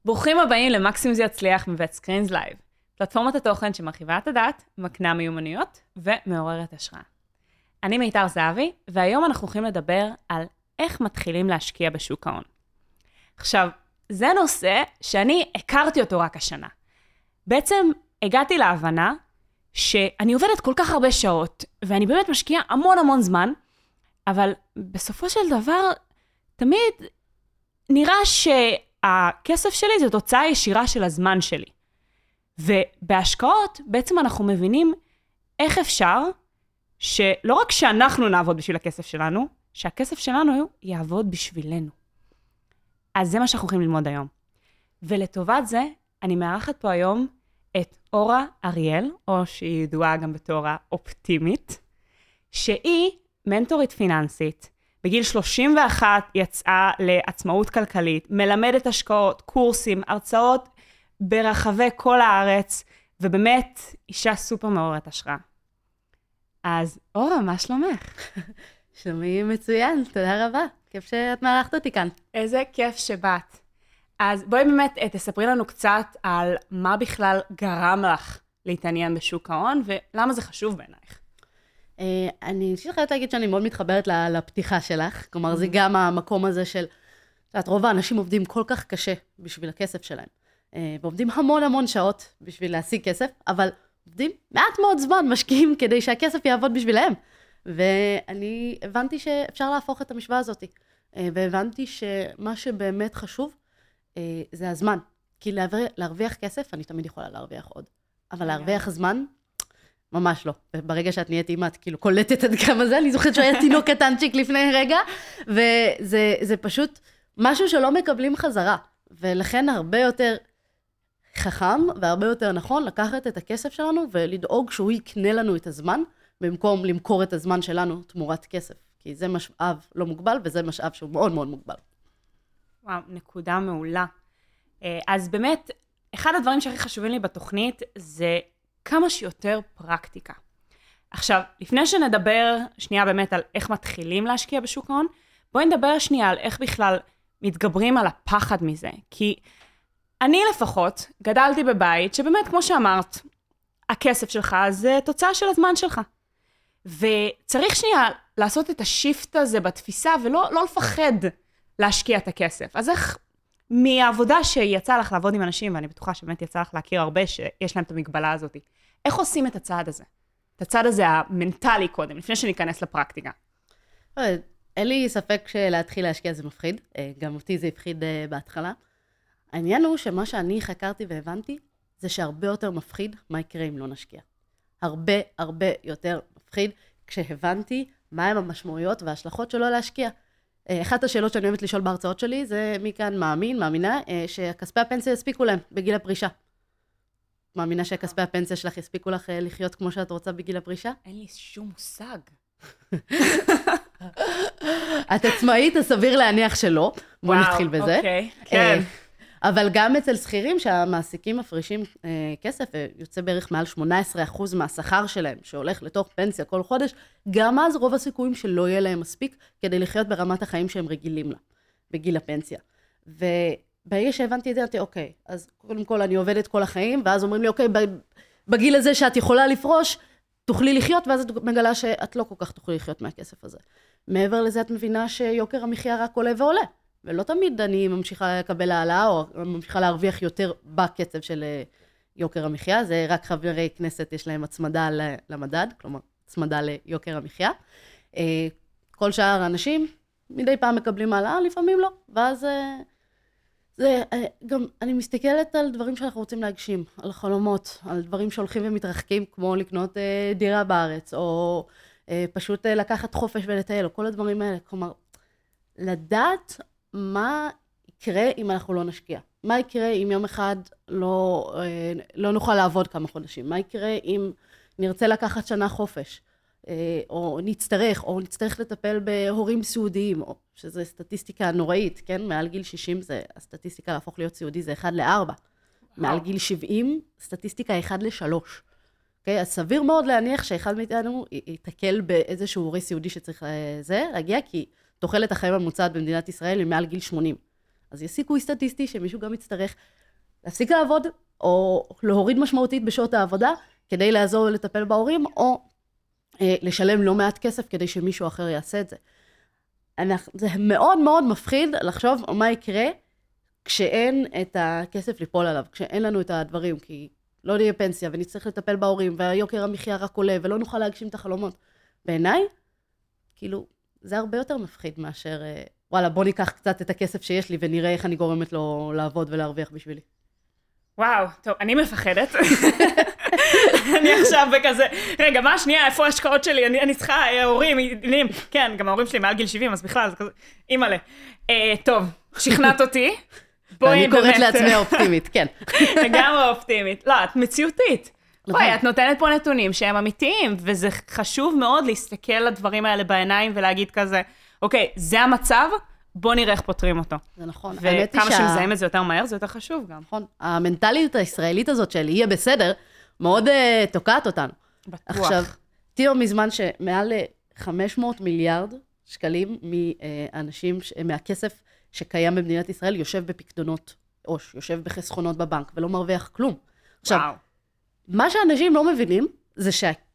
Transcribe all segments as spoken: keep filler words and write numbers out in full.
ברוכים הבאים למקסימום זה יצליח מבית סקרינס לייב, פלטפורמת התוכן שמרחיבה את הדעת, מקנה מיומנויות ומעוררת השראה. אני מיתר זהבי, והיום אנחנו הולכים לדבר על איך מתחילים להשקיע בשוק ההון. עכשיו, זה נושא שאני הכרתי אותו רק השנה. בעצם הגעתי להבנה שאני עובדת כל כך הרבה שעות, ואני באמת משקיעה המון המון זמן, אבל בסופו של דבר, תמיד נראה שהכסף שלי זה תוצאה ישירה של הזמן שלי. ובהשקעות בעצם אנחנו מבינים איך אפשר שלא רק שאנחנו נעבוד בשביל הכסף שלנו, שהכסף שלנו יעבוד בשבילנו. אז זה מה שאנחנו הולכים ללמוד היום. ולטובת זה, אני מארחת פה היום את אורה אריאל, או שהיא ידועה גם בתור האופטימית, שהיא מנטורית פיננסית, בגיל שלושים ואחת יצאה לעצמאות כלכלית, מלמדת השקעות, קורסים, הרצאות ברחבי כל הארץ, ובאמת אישה סופר מעוררת השראה. אז אורה, מה שלומך? שלומי מצוין, תודה רבה. כיף שאת מארחת אותי כאן. איזה כיף שבאת. אז בואי באמת תספרי לנו קצת על מה בכלל גרם לך להתעניין בשוק ההון, ולמה זה חשוב בעינייך. אני חייבת להגיד שאני מאוד מתחברת לפתיחה שלך, כלומר זה גם המקום הזה של, את רוב האנשים עובדים כל כך קשה בשביל הכסף שלהם, ועובדים המון המון שעות בשביל להשיג כסף, אבל עובדים מעט מאוד זמן משקיעים כדי שהכסף יעבוד בשבילהם. ואני הבנתי שאפשר להפוך את המשוואה הזאת, והבנתי שמה שבאמת חשוב זה הזמן, כי להרוויח כסף אני תמיד יכולה להרוויח עוד, אבל להרוויח זמן ממש לא. ברגע שאת נהיית אימא, את כאילו קולטת עד כמה זה, אני זוכרת שהיה תינוק קטנצ'יק לפני רגע, וזה זה פשוט משהו שלא מקבלים חזרה, ולכן הרבה יותר חכם והרבה יותר נכון לקחת את הכסף שלנו ולדאוג שהוא יקנה לנו את הזמן, במקום למכור את הזמן שלנו תמורת כסף, כי זה משאב לא מוגבל, וזה משאב שהוא מאוד מאוד מוגבל. וואו, נקודה מעולה. אז באמת, אחד הדברים שהכי חשובים לי בתוכנית זה כמה שיותר פרקטיקה. עכשיו, לפני שנדבר שנייה באמת על איך מתחילים להשקיע בשוק ההון, בואי נדבר שנייה על איך בכלל מתגברים על הפחד מזה. כי אני לפחות גדלתי בבית שבאמת, כמו שאמרת, הכסף שלך זה תוצאה של הזמן שלך. וצריך שנייה לעשות את השיפט הזה בתפיסה, ולא לא לפחד להשקיע את הכסף. אז איך מהעבודה שיצא לך לעבוד עם אנשים, ואני בטוחה שבאמת יצא לך להכיר הרבה שיש להם את המגבלה הזאת, איך עושים את הצעד הזה? את הצעד הזה המנטלי קודם, לפני שניכנס לפרקטיקה. אין לי ספק שלהתחיל להשקיע זה מפחיד, גם אותי זה הפחיד בהתחלה. העניין הוא שמה שאני חקרתי והבנתי, זה שהרבה יותר מפחיד מה יקרה אם לא נשקיע. הרבה הרבה יותר מפחיד כשהבנתי מהם המשמעויות וההשלכות שלא להשקיע. אחת השאלות שאני אוהבת לשאול בהרצאות שלי, זה מי כאן מאמין, מאמינה, שכספי הפנסיה יספיקו להם בגיל הפרישה. מאמינה שכספי הפנסיה שלך יספיקו לך לחיות כמו שאת רוצה בגיל הפרישה? אין לי שום מושג. את עצמאית, אז סביר להניח שלא. בואו נתחיל בזה. אוקיי, כן. אבל גם אצל שכירים שהמעסיקים מפרישים כסף, ויוצא בערך מעל שמונה עשרה אחוז מהשכר שלהם, שהולך לתוך פנסיה כל חודש, גם אז רוב הסיכויים שלא יהיה להם מספיק, כדי לחיות ברמת החיים שהם רגילים לה, בגיל הפנסיה. וברגע שהבנתי את זה, אמרתי, אוקיי, אז קודם כל אני עובדת כל החיים, ואז אומרים לי, אוקיי, בגיל הזה שאת יכולה לפרוש, תוכלי לחיות, ואז את מגלה שאת לא כל כך תוכלי לחיות מהכסף הזה. מעבר לזה את מבינה שיוקר המחיה רק עולה ועולה. ולא תמיד אני ממשיכה לקבל העלאה, או ממשיכה להרוויח יותר בקצב של יוקר המחיה, זה רק חברי כנסת יש להם הצמדה למדד, כלומר, הצמדה ליוקר המחיה. כל שאר האנשים מדי פעם מקבלים העלאה, לפעמים לא, ואז זה, גם אני מסתכלת על דברים שאנחנו רוצים להגשים, על חלומות, על דברים שהולכים ומתרחקים, כמו לקנות דירה בארץ, או פשוט לקחת חופש ולטייל, או כל הדברים האלה, כלומר, לדעת מה יקרה אם אנחנו לא נשקיע? מה יקרה אם יום אחד לא, לא נוכל לעבוד כמה חודשים? מה יקרה אם נרצה לקחת שנה חופש? או נצטרך, או נצטרך לטפל בהורים סיעודיים, או שזו סטטיסטיקה נוראית, כן? מעל גיל שישים זה, הסטטיסטיקה להפוך להיות סיעודי זה אחד לארבע. מעל גיל שבעים, סטטיסטיקה אחד לשלוש. אוקיי? אז סביר מאוד להניח שאחד מאיתנו ייתקל באיזשהו הורי סיעודי שצריך זה, להגיע, כי תוחלת החיים הממוצעת במדינת ישראל היא מעל גיל שמונים. אז יש סיכוי סטטיסטי שמישהו גם יצטרך להפסיק לעבוד, או להוריד משמעותית בשעות העבודה, כדי לעזור לטפל בהורים, או אה, לשלם לא מעט כסף כדי שמישהו אחר יעשה את זה. אנחנו, זה מאוד מאוד מפחיד לחשוב מה יקרה כשאין את הכסף ליפול עליו, כשאין לנו את הדברים, כי לא נהיה פנסיה ונצטרך לטפל בהורים, והיוקר המחיה רק עולה, ולא נוכל להגשים את החלומות. בעיניי, כאילו, זה הרבה יותר מפחיד מאשר, וואלה, בוא ניקח קצת את הכסף שיש לי, ונראה איך אני גורמת לו לעבוד ולהרוויח בשבילי. וואו, טוב, אני מפחדת. אני עכשיו בכזה, רגע, מה השנייה, איפה ההשקעות שלי? אני, אני צריכה, ההורים, עניינים, כן, גם ההורים שלי מעל גיל שבעים, אז בכלל, זה כזה, אימא'לה. אה, טוב, שכנעת אותי. אני קוראת לעצמי אופטימית, כן. לגמרי אופטימית. לא, את מציאותית. בואי, את נותנת פה נתונים שהם אמיתיים, וזה חשוב מאוד להסתכל לדברים האלה בעיניים ולהגיד כזה, אוקיי, זה המצב, בוא נראה איך פותרים אותו. זה נכון. וכמה שמזהים את זה יותר מהר, זה יותר חשוב גם. נכון. המנטליות הישראלית הזאת של יהיה בסדר, מאוד תוקעת אותנו. בטוח. עכשיו, תראו מזמן שמעל חמש מאות מיליארד שקלים מאנשים, מהכסף שקיים במדינת ישראל, יושב בפקדונות, או יושב בחסכונות בבנק, ולא מרוויח כלום. עכשיו, וואו. מה שאנשים לא מבינים, זה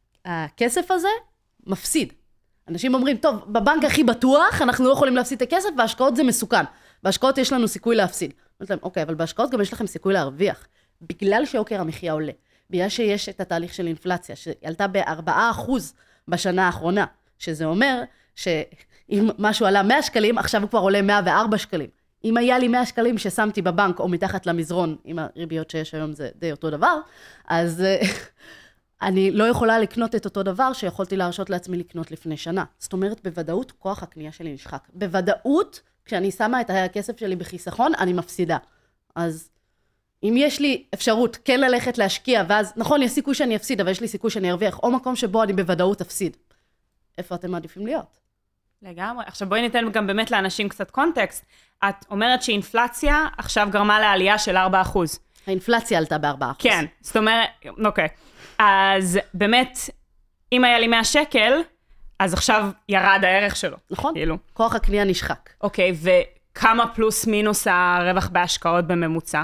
שהכסף הזה מפסיד. אנשים אומרים, טוב, בבנק הכי בטוח, אנחנו לא יכולים להפסיד את הכסף, והשקעות זה מסוכן. בהשקעות יש לנו סיכוי להפסיד. אומרת להם, אוקיי, אבל בהשקעות גם יש לכם סיכוי להרוויח. בגלל שיוקר המחיה עולה, בגלל שיש את התהליך של אינפלציה, שעלתה ב-ארבעה אחוז בשנה האחרונה, שזה אומר שאם משהו עלה מאה שקלים, עכשיו הוא כבר עולה מאה וארבע שקלים. אם היה לי מאה שקלים ששמתי בבנק או מתחת למזרון, עם הריביות שיש היום זה די אותו דבר, אז אני לא יכולה לקנות את אותו דבר שיכולתי להרשות לעצמי לקנות לפני שנה. זאת אומרת, בוודאות כוח הקנייה שלי נשחק. בוודאות, כשאני שמה את הכסף שלי בחיסכון, אני מפסידה. אז אם יש לי אפשרות כן ללכת להשקיע, ואז, נכון, יש סיכוי שאני אפסיד, אבל יש לי סיכוי שאני ארוויח, או מקום שבו אני בוודאות אפסיד. איפה אתם מעדיפים להיות? לגמרי. עכשיו בואי ניתן גם באמת לאנשים קצת קונטקסט. את אומרת שאינפלציה עכשיו גרמה לעלייה של ארבעה אחוז. האינפלציה עלתה ב-ארבעה אחוז. כן, זאת אומרת, אוקיי. אז באמת, אם היה לי מאה שקל, אז עכשיו ירד הערך שלו. נכון. כאילו. כוח הקנייה נשחק. אוקיי, וכמה פלוס מינוס הרווח בהשקעות בממוצע?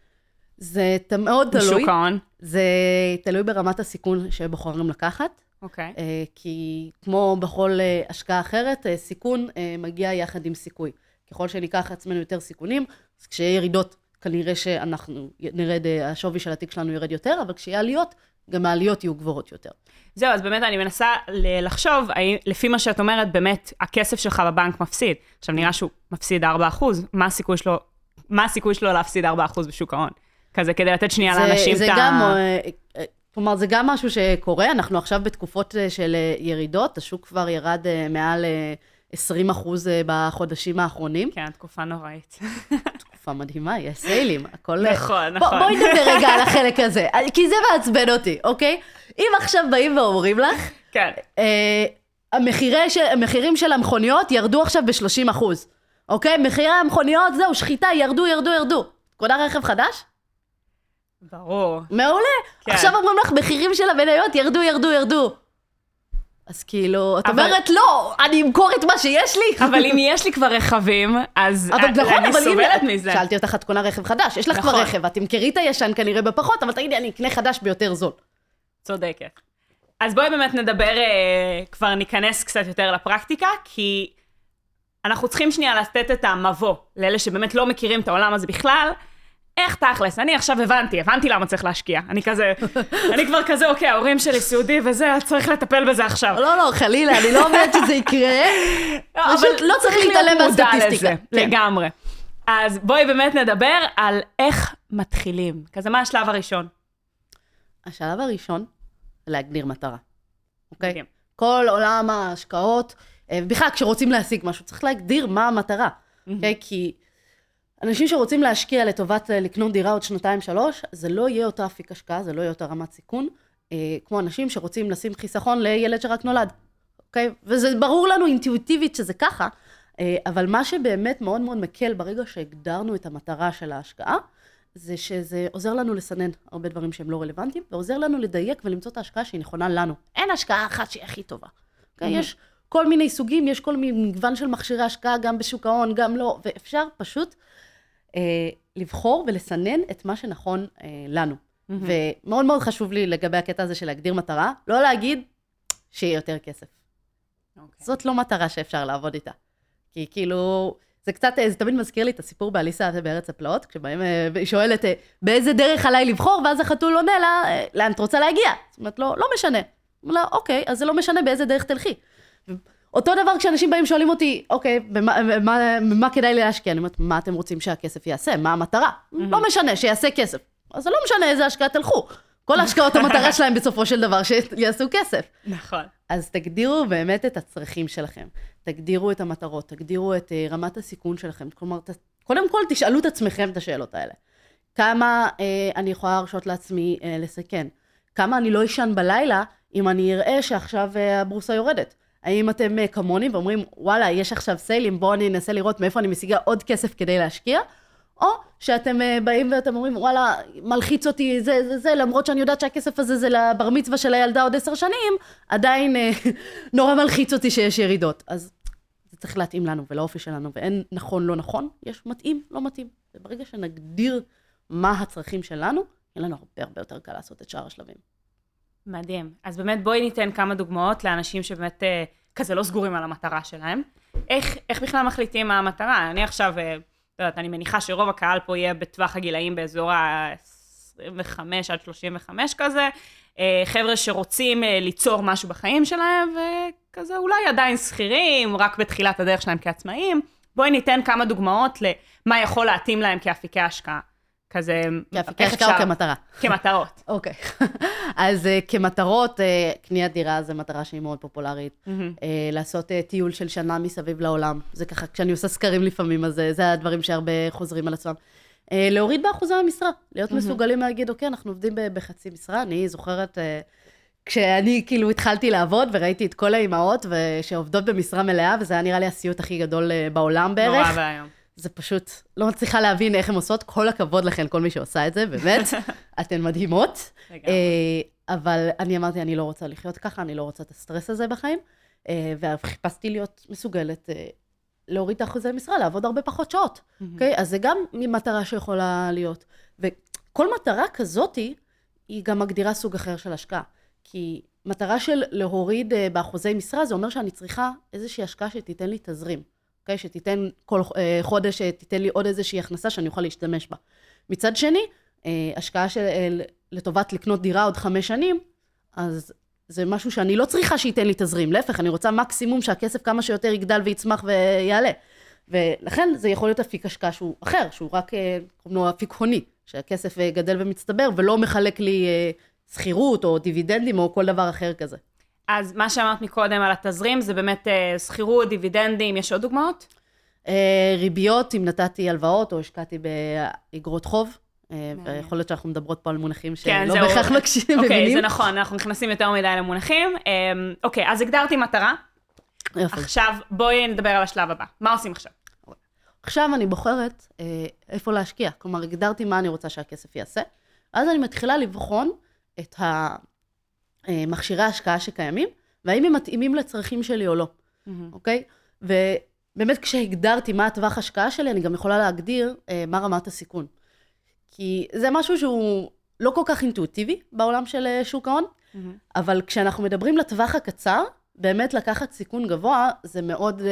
זה מאוד תלוי. בשוק ההון? זה תלוי ברמת הסיכון שבוחרים לקחת. אוקיי. כי כמו בכל השקעה אחרת, סיכון מגיע יחד עם סיכוי. ככל שניקח עצמנו יותר סיכונים, אז כשיהיה ירידות, כנראה שאנחנו נרד, השווי של התיק שלנו ירד יותר, אבל כשיהיה עליות, גם העליות יהיו גבוהות יותר. זהו, אז באמת אני מנסה לחשוב, לפי מה שאת אומרת, באמת הכסף שלך בבנק מפסיד. עכשיו נראה שהוא מפסיד ארבעה אחוז, מה הסיכוי שלו, מה הסיכוי שלו להפסיד ארבעה אחוז בשוק ההון? כזה כדי לתת שנייה לאנשים את ה... כלומר, זה גם משהו שקורה, אנחנו עכשיו בתקופות של ירידות, השוק כבר ירד מעל עשרים אחוז בחודשים האחרונים. כן, תקופה נוראית. תקופה מדהימה, יש סיילים, הכל... נכון, נכון. בואי נדבר רגע על החלק הזה, כי זה מעצבן אותי, אוקיי? אם עכשיו באים ואומרים לך, כן. המחירים של המכוניות ירדו עכשיו ב-שלושים אחוז, אוקיי? מחירי המכוניות, זהו, שחיטה, ירדו, ירדו, ירדו. קונה רכב חדש? ברור. מעולה. כן. עכשיו אומרים לך, מחירים של המניות ירדו, ירדו, ירדו. אז כאילו, את אבל... אומרת, לא, אני אמכור את מה שיש לי. אבל אם יש לי כבר רכבים, אז אבל אני, נכון, אני אבל סובלת אם... מזה. שאלתי אותך, את קונה רכב חדש, יש לך נכון. כבר רכב, את תמכרי את הישן כנראה בפחות, אבל תגידי, אני אקנה חדש ביותר זול. צודקת. אז בואי באמת נדבר, אה, כבר ניכנס קצת יותר לפרקטיקה, כי אנחנו צריכים שנייה לתת את המבוא, לאלה שבאמת לא מכירים את העולם הזה בכלל, איך תכלס? אני עכשיו הבנתי, הבנתי למה צריך להשקיע. אני כזה, אני כבר כזה, אוקיי, ההורים שלי סיעודי וזה, צריך לטפל בזה עכשיו. לא, לא, חלילה, אני לא אומרת שזה יקרה. פשוט לא צריך להתעלם מהסטטיסטיקה. לגמרי. אז בואי באמת נדבר על איך מתחילים. כזה, מה השלב הראשון? השלב הראשון, להגדיר מטרה. אוקיי? כל עולם ההשקעות, בכלל, כשרוצים להשיג משהו, צריך להגדיר מה המטרה. אוקיי? כי אנשים שרוצים להשקיע לטובת לקנות דירה עוד שנתיים שלוש, זה לא יהיה אותה אפיק השקעה, זה לא יהיה אותה רמת סיכון, אה, כמו אנשים שרוצים לשים חיסכון לילד שרק נולד. אוקיי? וזה ברור לנו אינטואיטיבית שזה ככה, אה, אבל מה שבאמת מאוד מאוד מקל ברגע שהגדרנו את המטרה של ההשקעה, זה שזה עוזר לנו לסנן הרבה דברים שהם לא רלוונטיים, ועוזר לנו לדייק ולמצוא את ההשקעה שהיא נכונה לנו. אין השקעה אחת שהיא הכי טובה. אוקיי? Mm-hmm. יש כל מיני סוגים, יש כל מיני מגוון של מכשירי השקעה, גם בשוק ההון, גם לא, ואפשר פשוט לבחור ולסנן את מה שנכון לנו. ומאוד מאוד חשוב לי לגבי הקטע הזה של להגדיר מטרה, לא להגיד שיהיה יותר כסף. זאת לא מטרה שאפשר לעבוד איתה. כי כאילו, זה קצת, זה תמיד מזכיר לי את הסיפור באליסה בארץ הפלאות, כשבאים, היא שואלת, באיזה דרך עליי לבחור, ואז החתול עונה לה, לאן את רוצה להגיע? זאת אומרת, לא, לא משנה. לא, אוקיי, אז זה לא משנה באיזה דרך תלכי. אותו דבר כשאנשים באים שואלים אותי, אוקיי, במה, במה, במה כדאי לי להשקיע? אני אומרת, מה אתם רוצים שהכסף יעשה? מה המטרה? לא משנה, שיעשה כסף. אז זה לא משנה איזה השקעה תלכו. כל ההשקעות המטרה שלהם בסופו של דבר שיעשו כסף. נכון. אז תגדירו באמת את הצרכים שלכם. תגדירו את המטרות, תגדירו את uh, רמת הסיכון שלכם. כלומר, ת, קודם כל תשאלו את עצמכם את השאלות האלה. כמה uh, אני יכולה להרשות לעצמי uh, לסכן? כמה אני לא ישן בלילה אם אני אראה שעכשיו uh, הבורסה יורדת? האם אתם uh, כמוני ואומרים, וואלה, יש עכשיו סיילים, בואו אני אנסה לראות מאיפה אני משיגה עוד כסף כדי להשקיע? או שאתם uh, באים ואתם אומרים, וואלה, מלחיץ אותי, זה, זה, זה, למרות שאני יודעת שהכסף הזה זה לבר מצווה של הילדה עוד עשר שנים, עדיין uh, נורא מלחיץ אותי שיש ירידות. אז זה צריך להתאים לנו ולאופי שלנו, ואין נכון, לא נכון, יש מתאים, לא מתאים. וברגע שנגדיר מה הצרכים שלנו, יהיה לנו הרבה הרבה יותר קל לעשות את שאר השלבים. מדהים. אז באמת בואי ניתן כמה דוגמאות לאנשים שבאמת uh, כזה לא סגורים על המטרה שלהם. איך, איך בכלל מחליטים מה המטרה? אני עכשיו... Uh, לא יודעת, אני מניחה שרוב הקהל פה יהיה בטווח הגילאים באזור ה-עשרים וחמש עד שלושים וחמש כזה, חבר'ה שרוצים ליצור משהו בחיים שלהם, וכזה אולי עדיין שכירים, רק בתחילת הדרך שלהם כעצמאים. בואי ניתן כמה דוגמאות למה יכול להתאים להם כאפיקי השקעה. כזה, כאפיקי השקעה או כמטרה? כמטרות. אוקיי. אז כמטרות, קניית דירה זה מטרה שהיא מאוד פופולרית. לעשות טיול של שנה מסביב לעולם. זה ככה, כשאני עושה סקרים לפעמים, אז זה הדברים שהרבה חוזרים על עצמם. להוריד באחוזי המשרה, להיות מסוגלים להגיד, אוקיי, אנחנו עובדים בחצי משרה. אני זוכרת, כשאני כאילו התחלתי לעבוד וראיתי את כל האימהות שעובדות במשרה מלאה, וזה היה נראה לי הסיוט הכי גדול בעולם בערך. נורא והיום. זה פשוט, לא מצליחה להבין איך הן עושות, כל הכבוד לכן, כל מי שעושה את זה, באמת, אתן מדהימות. אבל אני אמרתי, אני לא רוצה לחיות ככה, אני לא רוצה את הסטרס הזה בחיים, וחיפשתי להיות מסוגלת להוריד את האחוזי משרה, לעבוד הרבה פחות שעות. אז זה גם מטרה שיכולה להיות. וכל מטרה כזאת, היא גם מגדירה סוג אחר של השקעה. כי מטרה של להוריד באחוזי משרה, זה אומר שאני צריכה איזושהי השקעה שתיתן לי תזרים. Okay, שתיתן כל חודש, שתיתן לי עוד איזושהי הכנסה שאני אוכל להשתמש בה. מצד שני, השקעה של, לטובת לקנות דירה עוד חמש שנים, אז זה משהו שאני לא צריכה שייתן לי תזרים. להפך, אני רוצה מקסימום שהכסף כמה שיותר יגדל ויצמח ויעלה. ולכן זה יכול להיות אפיק השקעה שהוא אחר, שהוא רק כמו אפיק הוני, שהכסף גדל ומצטבר ולא מחלק לי שכירות או דיבידנדים או כל דבר אחר כזה. אז מה שאמרת מקודם על התזרים, זה באמת שכירות, דיבידנדים, יש עוד דוגמאות? ריביות, אם נתתי הלוואות או השקעתי באגרות חוב, ויכול להיות שאנחנו מדברות פה על מונחים שלא בהכרח מקשיבים מבינים. אוקיי, זה נכון, אנחנו נכנסים יותר מדי למונחים. אוקיי, אז הגדרתי מטרה. עכשיו בואי נדבר על השלב הבא. מה עושים עכשיו? עכשיו אני בוחרת איפה להשקיע. כלומר, הגדרתי מה אני רוצה שהכסף יעשה. אז אני מתחילה לבחון את ה... מכשירי ההשקעה שקיימים, והאם הם מתאימים לצרכים שלי או לא, אוקיי? ובאמת כשהגדרתי מה הטווח השקעה שלי, אני גם יכולה להגדיר מה רמת הסיכון. כי זה משהו שהוא לא כל כך אינטואיטיבי בעולם של שוק ההון, אבל כשאנחנו מדברים לטווח הקצר, באמת לקחת סיכון גבוה, זה מאוד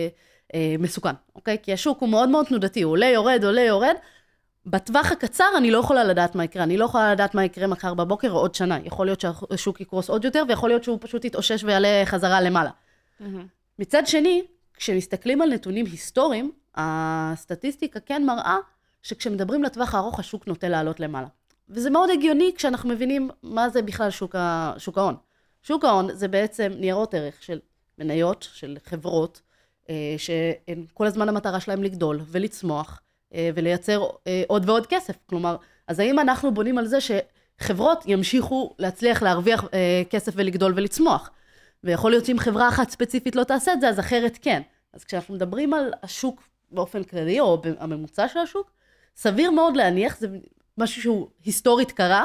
מסוכן, אוקיי? כי השוק הוא מאוד מאוד תנודתי, הוא עולה, יורד, עולה, יורד, בטווח הקצר אני לא יכולה לדעת מה יקרה, אני לא יכולה לדעת מה יקרה מחר בבוקר או עוד שנה. יכול להיות שהשוק יקרוס עוד יותר, ויכול להיות שהוא פשוט יתאושש ויעלה חזרה למעלה. Mm-hmm. מצד שני, כשמסתכלים על נתונים היסטוריים, הסטטיסטיקה כן מראה שכשמדברים לטווח הארוך, השוק נוטה לעלות למעלה. וזה מאוד הגיוני כשאנחנו מבינים מה זה בכלל שוק, ה... שוק ההון. שוק ההון זה בעצם ניירות ערך של מניות, של חברות, שכל הזמן המטרה שלהם לגדול ולצמוח, ולייצר עוד ועוד כסף. כלומר, אז האם אנחנו בונים על זה שחברות ימשיכו להצליח להרוויח כסף ולגדול ולצמוח? ויכול להיות שאם חברה אחת ספציפית לא תעשה את זה, אז אחרת כן. אז כשאנחנו מדברים על השוק באופן כללי, או הממוצע של השוק, סביר מאוד להניח, זה משהו שהוא היסטורית קרה,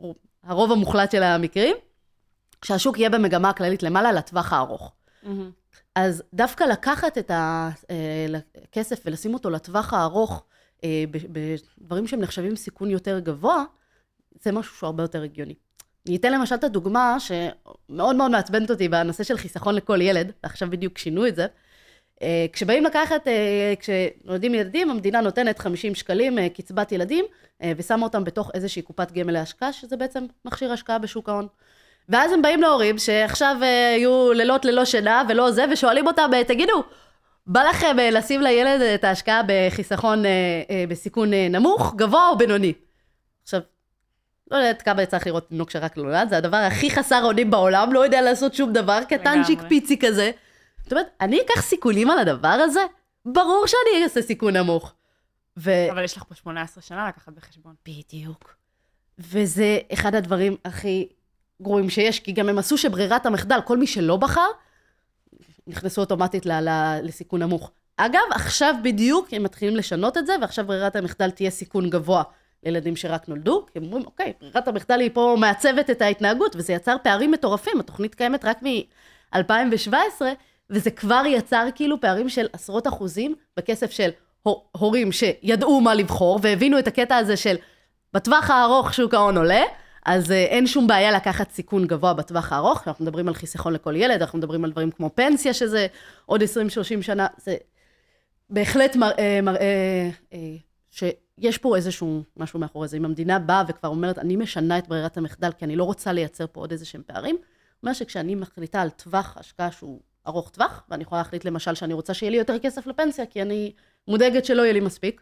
הרוב המוחלט של המקרים, שהשוק יהיה במגמה הכללית למעלה לטווח הארוך. Mm-hmm. אז דווקא לקחת את הכסף ולשים אותו לטווח הארוך, בדברים שהם נחשבים סיכון יותר גבוה, זה משהו שהוא הרבה יותר הגיוני. אני אתן למשל את הדוגמה שמאוד מאוד מעצבנת אותי בנושא של חיסכון לכל ילד, ועכשיו בדיוק שינו את זה. כשבאים לקחת, כשנולדים ילדים, המדינה נותנת חמישים שקלים קצבת ילדים, ושמה אותם בתוך איזושהי קופת גמל להשקעה, שזה בעצם מכשיר השקעה בשוק ההון. ואז הם באים להורים שעכשיו יהיו לילות ללא שינה ולא זה, ושואלים אותם, תגידו, בא לכם לשים לילד את ההשקעה בחיסכון בסיכון נמוך, גבוה או בינוני? עכשיו, לא יודעת כמה צריך לראות תינוק שרק נולד, זה הדבר הכי חסר אונים בעולם, לא יודע לעשות שום דבר, קטנצ'יק פיצי כזה. זאת אומרת, אני אקח סיכונים על הדבר הזה? ברור שאני אעשה סיכון נמוך. ו... אבל יש לך פה שמונה עשרה שנה לקחת בחשבון. בדיוק. וזה אחד הדברים הכי גרועים שיש, כי גם הם עשו שברירת המחדל, כל מי שלא בחר, נכנסו אוטומטית ל- ל- לסיכון נמוך. אגב, עכשיו בדיוק הם מתחילים לשנות את זה, ועכשיו ברירת המחדל תהיה סיכון גבוה לילדים שרק נולדו, כי הם אומרים, אוקיי, ברירת המחדל היא פה מעצבת את ההתנהגות, וזה יצר פערים מטורפים, התוכנית קיימת רק מ-אלפיים שבע עשרה, וזה כבר יצר כאילו פערים של עשרות אחוזים, בכסף של הורים שידעו מה לבחור, והבינו את הקטע הזה של, בטווח הארוך שוק ההון עולה, אז אין שום בעיה לקחת סיכון גבוה בטווח הארוך, אנחנו מדברים על חיסכון לכל ילד, אנחנו מדברים על דברים כמו פנסיה, שזה עוד עשרים שלושים שנה, זה בהחלט מראה, מראה שיש פה איזשהו משהו מאחורי זה. אם המדינה באה וכבר אומרת, אני משנה את ברירת המחדל, כי אני לא רוצה לייצר פה עוד איזשהם פערים, אומר שכשאני מחליטה על טווח השקעה שהוא ארוך טווח, ואני יכולה להחליט למשל שאני רוצה שיהיה לי יותר כסף לפנסיה, כי אני מודאגת שלא יהיה לי מספיק,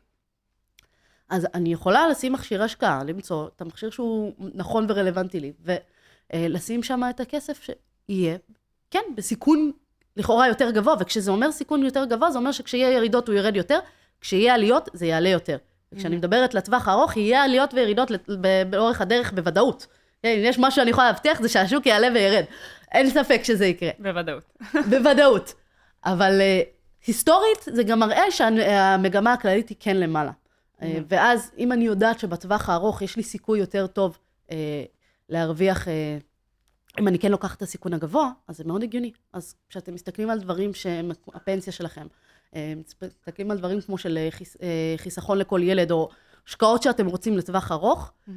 אז אני יכולה לשים מכשיר השקעה, למצוא את המכשיר שהוא נכון ורלוונטי לי, ולשים שם את הכסף שיהיה, כן, בסיכון לכאורה יותר גבוה, וכשזה אומר סיכון יותר גבוה, זה אומר שכשיהיה ירידות הוא ירד יותר, כשיהיה עליות זה יעלה יותר. וכשאני מדברת לטווח הארוך, יהיה עליות וירידות באורך הדרך בוודאות. אם יש משהו שאני יכולה להבטיח, זה שהשוק יעלה וירד. אין ספק שזה יקרה. בוודאות. בוודאות. אבל היסטורית זה גם מראה שהמגמה הכללית היא כן למעלה. ואז אם אני יודעת שבטווח הארוך יש לי סיכוי יותר טוב אה, להרוויח, אה, אם אני כן לוקחת את הסיכון הגבוה, אז זה מאוד הגיוני. אז כשאתם מסתכלים על דברים שהפנסיה שלכם, אה, מסתכלים על דברים כמו של חיס, אה, חיסכון לכל ילד, או השקעות שאתם רוצים לטווח ארוך, mm-hmm.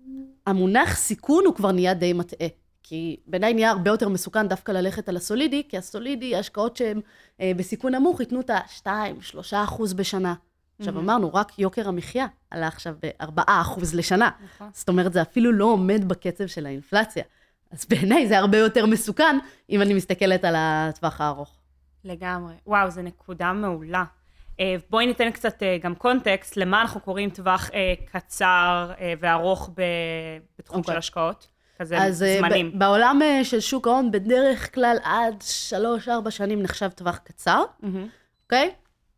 המונח סיכון הוא כבר נהיה די מטעה. כי בעיניי נהיה הרבה יותר מסוכן דווקא ללכת על הסולידי, כי הסולידי, ההשקעות שהן אה, בסיכון נמוך, ייתנו את ה-שתיים שלושה אחוז בשנה. עכשיו אמרנו, רק יוקר המחיה עלה עכשיו ב-ארבעה אחוז לשנה. זאת אומרת, זה אפילו לא עומד בקצב של האינפלציה. אז בעיניי זה הרבה יותר מסוכן, אם אני מסתכלת על הטווח הארוך. לגמרי. וואו, זו נקודה מעולה. בואי ניתן קצת גם קונטקסט, למה אנחנו קוראים טווח קצר וארוך בתחום של השקעות? כזה זמנים. אז בעולם של שוק ההון, בדרך כלל עד שלוש, ארבע שנים נחשב טווח קצר. אוקיי?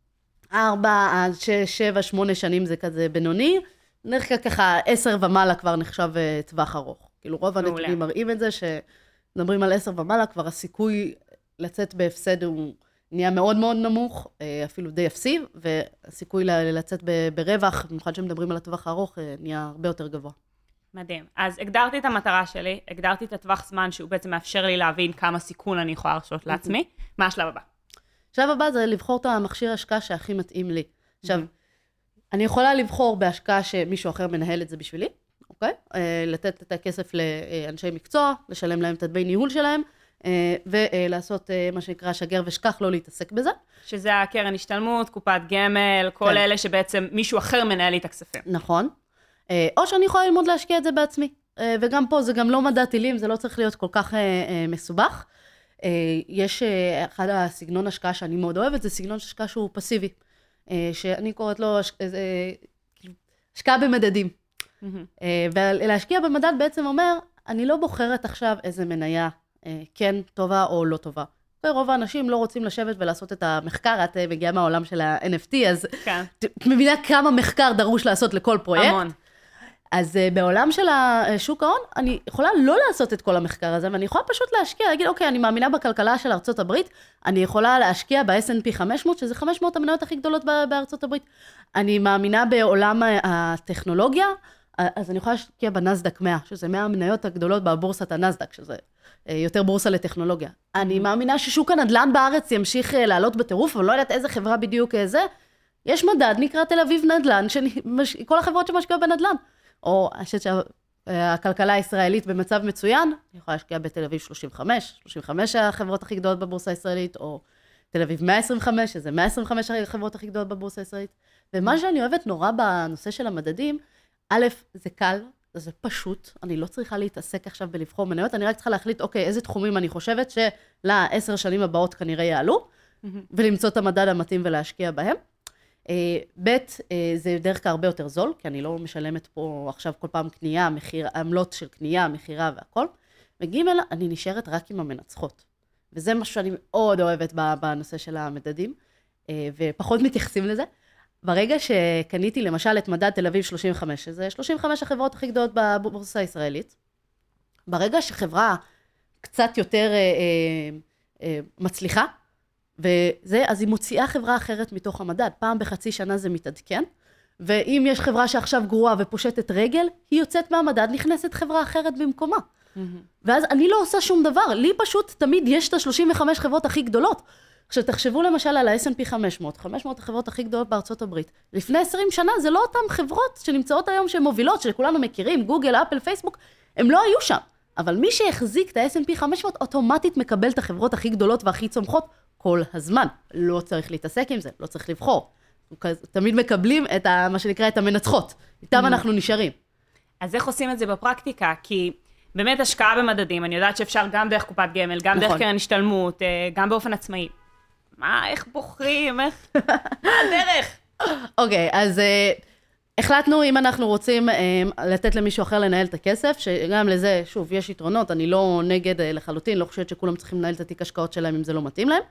ארבע עד שש, שבע, שמונה שנים זה כזה בינוני, נראה ככה עשר ומעלה כבר נחשב טווח ארוך. כאילו רוב הנתונים מראים את זה, שמדברים על עשר ומעלה, כבר הסיכוי לצאת בהפסד הוא נהיה מאוד מאוד נמוך, אפילו די אפסי, והסיכוי לצאת ברווח, במיוחד שמדברים על הטווח הארוך, נהיה הרבה יותר גבוה. מדהים. אז הגדרתי את המטרה שלי, הגדרתי את הטווח זמן, שהוא בעצם מאפשר לי להבין כמה סיכון אני יכולה להרשות לעצמי. מה השלב הבא? השלב הבא זה לבחור את המכשיר השקעה שהכי מתאים לי. עכשיו, אני יכולה לבחור בהשקעה שמישהו אחר מנהל את זה בשבילי, אוקיי? לתת את הכסף לאנשי מקצוע, לשלם להם את הדמי ניהול שלהם, ולעשות מה שנקרא שגר ושכח, לא להתעסק בזה. שזה הקרן השתלמות, קופת גמל, כל אלה שבעצם מישהו אחר מנהל לי את הכספים. נכון. או שאני יכולה ללמוד להשקיע את זה בעצמי. וגם פה זה גם לא מדע טילים, זה לא צריך להיות כל כך מסובך. יש אחד הסגנון השקעה שאני מאוד אוהבת, זה סגנון השקעה שהוא פסיבי, שאני קוראת לו השקעה במדדים. ולהשקיע במדד בעצם אומר, אני לא בוחרת עכשיו איזה מניה כן טובה או לא טובה. רוב האנשים לא רוצים לשבת ולעשות את המחקר, את מגיעה מהעולם של ה-אן אף טי, אז את מבינה כמה מחקר דרוש לעשות לכל פרויקט. המון. אז בעולם של השוק ההון, אני יכולה לא לעשות את כל המחקר הזה, ואני יכולה פשוט להשקיע, להגיד, אוקיי, אני מאמינה בכלכלה של ארצות הברית, אני יכולה להשקיע ב-אס אנד פי חמש מאות, שזה חמש מאות המניות הכי גדולות בארצות הברית. אני מאמינה בעולם הטכנולוגיה, אז אני יכולה להשקיע בנסדק מאה, שזה מאה המניות הגדולות בבורסת הנסדק, שזה יותר בורסה לטכנולוגיה. אני מאמינה ששוק הנדל"ן בארץ ימשיך לעלות בטירוף, אבל לא יודעת איזה חברה בדיוק זה. יש מדד, נקרא תל אביב נדל"ן, כל החברות שמשקיעות בנדל"ן. או אני חושבת שהכלכלה הישראלית במצב מצוין, אני יכולה להשקיע בתל אביב שלושים וחמש, שלושים וחמש החברות הכי גדולות בבורסה הישראלית, או תל אביב מאה עשרים וחמש, שזה מאה עשרים וחמש החברות הכי גדולות בבורסה הישראלית. ומה שאני אוהבת נורא בנושא של המדדים, א', זה קל, זה פשוט, אני לא צריכה להתעסק עכשיו בלבחור מניות, אני רק צריכה להחליט, אוקיי, איזה תחומים אני חושבת שלעשר שנים הבאות כנראה יעלו, ולמצוא את המדד המתאים ולהשקיע בהם. ב', זה דרך כלל הרבה יותר זול, כי אני לא משלמת פה עכשיו כל פעם קנייה, מחיר, עמלות של קנייה, מחירה והכל. וג', אני נשארת רק עם המנצחות. וזה משהו שאני מאוד אוהבת בנושא של המדדים, ופחות מתייחסים לזה. ברגע שקניתי למשל את מדד תל אביב שלושים וחמש, שזה שלושים וחמש החברות הכי גדולות בבורסה הישראלית, ברגע שחברה קצת יותר אה, אה, מצליחה, וזה, אז היא מוציאה חברה אחרת מתוך המדד. פעם בחצי שנה זה מתעדכן, ואם יש חברה שעכשיו גרועה ופושטת רגל, היא יוצאת מהמדד, נכנסת חברה אחרת במקומה. Mm-hmm. ואז אני לא עושה שום דבר, לי פשוט תמיד יש את ה-שלושים וחמש חברות הכי גדולות. עכשיו תחשבו למשל על ה-אס אנד פי חמש מאות, חמש מאות החברות הכי גדולות בארצות הברית. לפני עשרים שנה זה לא אותם חברות שנמצאות היום שהן מובילות, שכולנו מכירים, גוגל, אפל, פייסבוק, הם לא היו שם. אבל מי שהחזיק את ה-אס אנד פי חמש מאות אוטומטית מקבל את החברות הכי גדולות והכי צומחות כל הזמן. לא צריך להתעסק עם זה, לא צריך לבחור. תמיד מקבלים את ה, מה שנקרא את המנצחות. איתם אנחנו נשארים. אז איך עושים את זה בפרקטיקה? כי באמת השקעה במדדים, אני יודעת שאפשר גם דרך קופת גמל, גם דרך קרן השתלמות, גם באופן עצמאי. מה, איך בוחרים, איך, מה הדרך? אוקיי, אז החלטנו אם אנחנו רוצים לתת למישהו אחר לנהל את הכסף, שגם לזה, שוב, יש יתרונות, אני לא נגד לחלוטין, לא חושבת שכולם צריכים לנהל את התיק השקעות שלהם אם זה לא מתאים להם.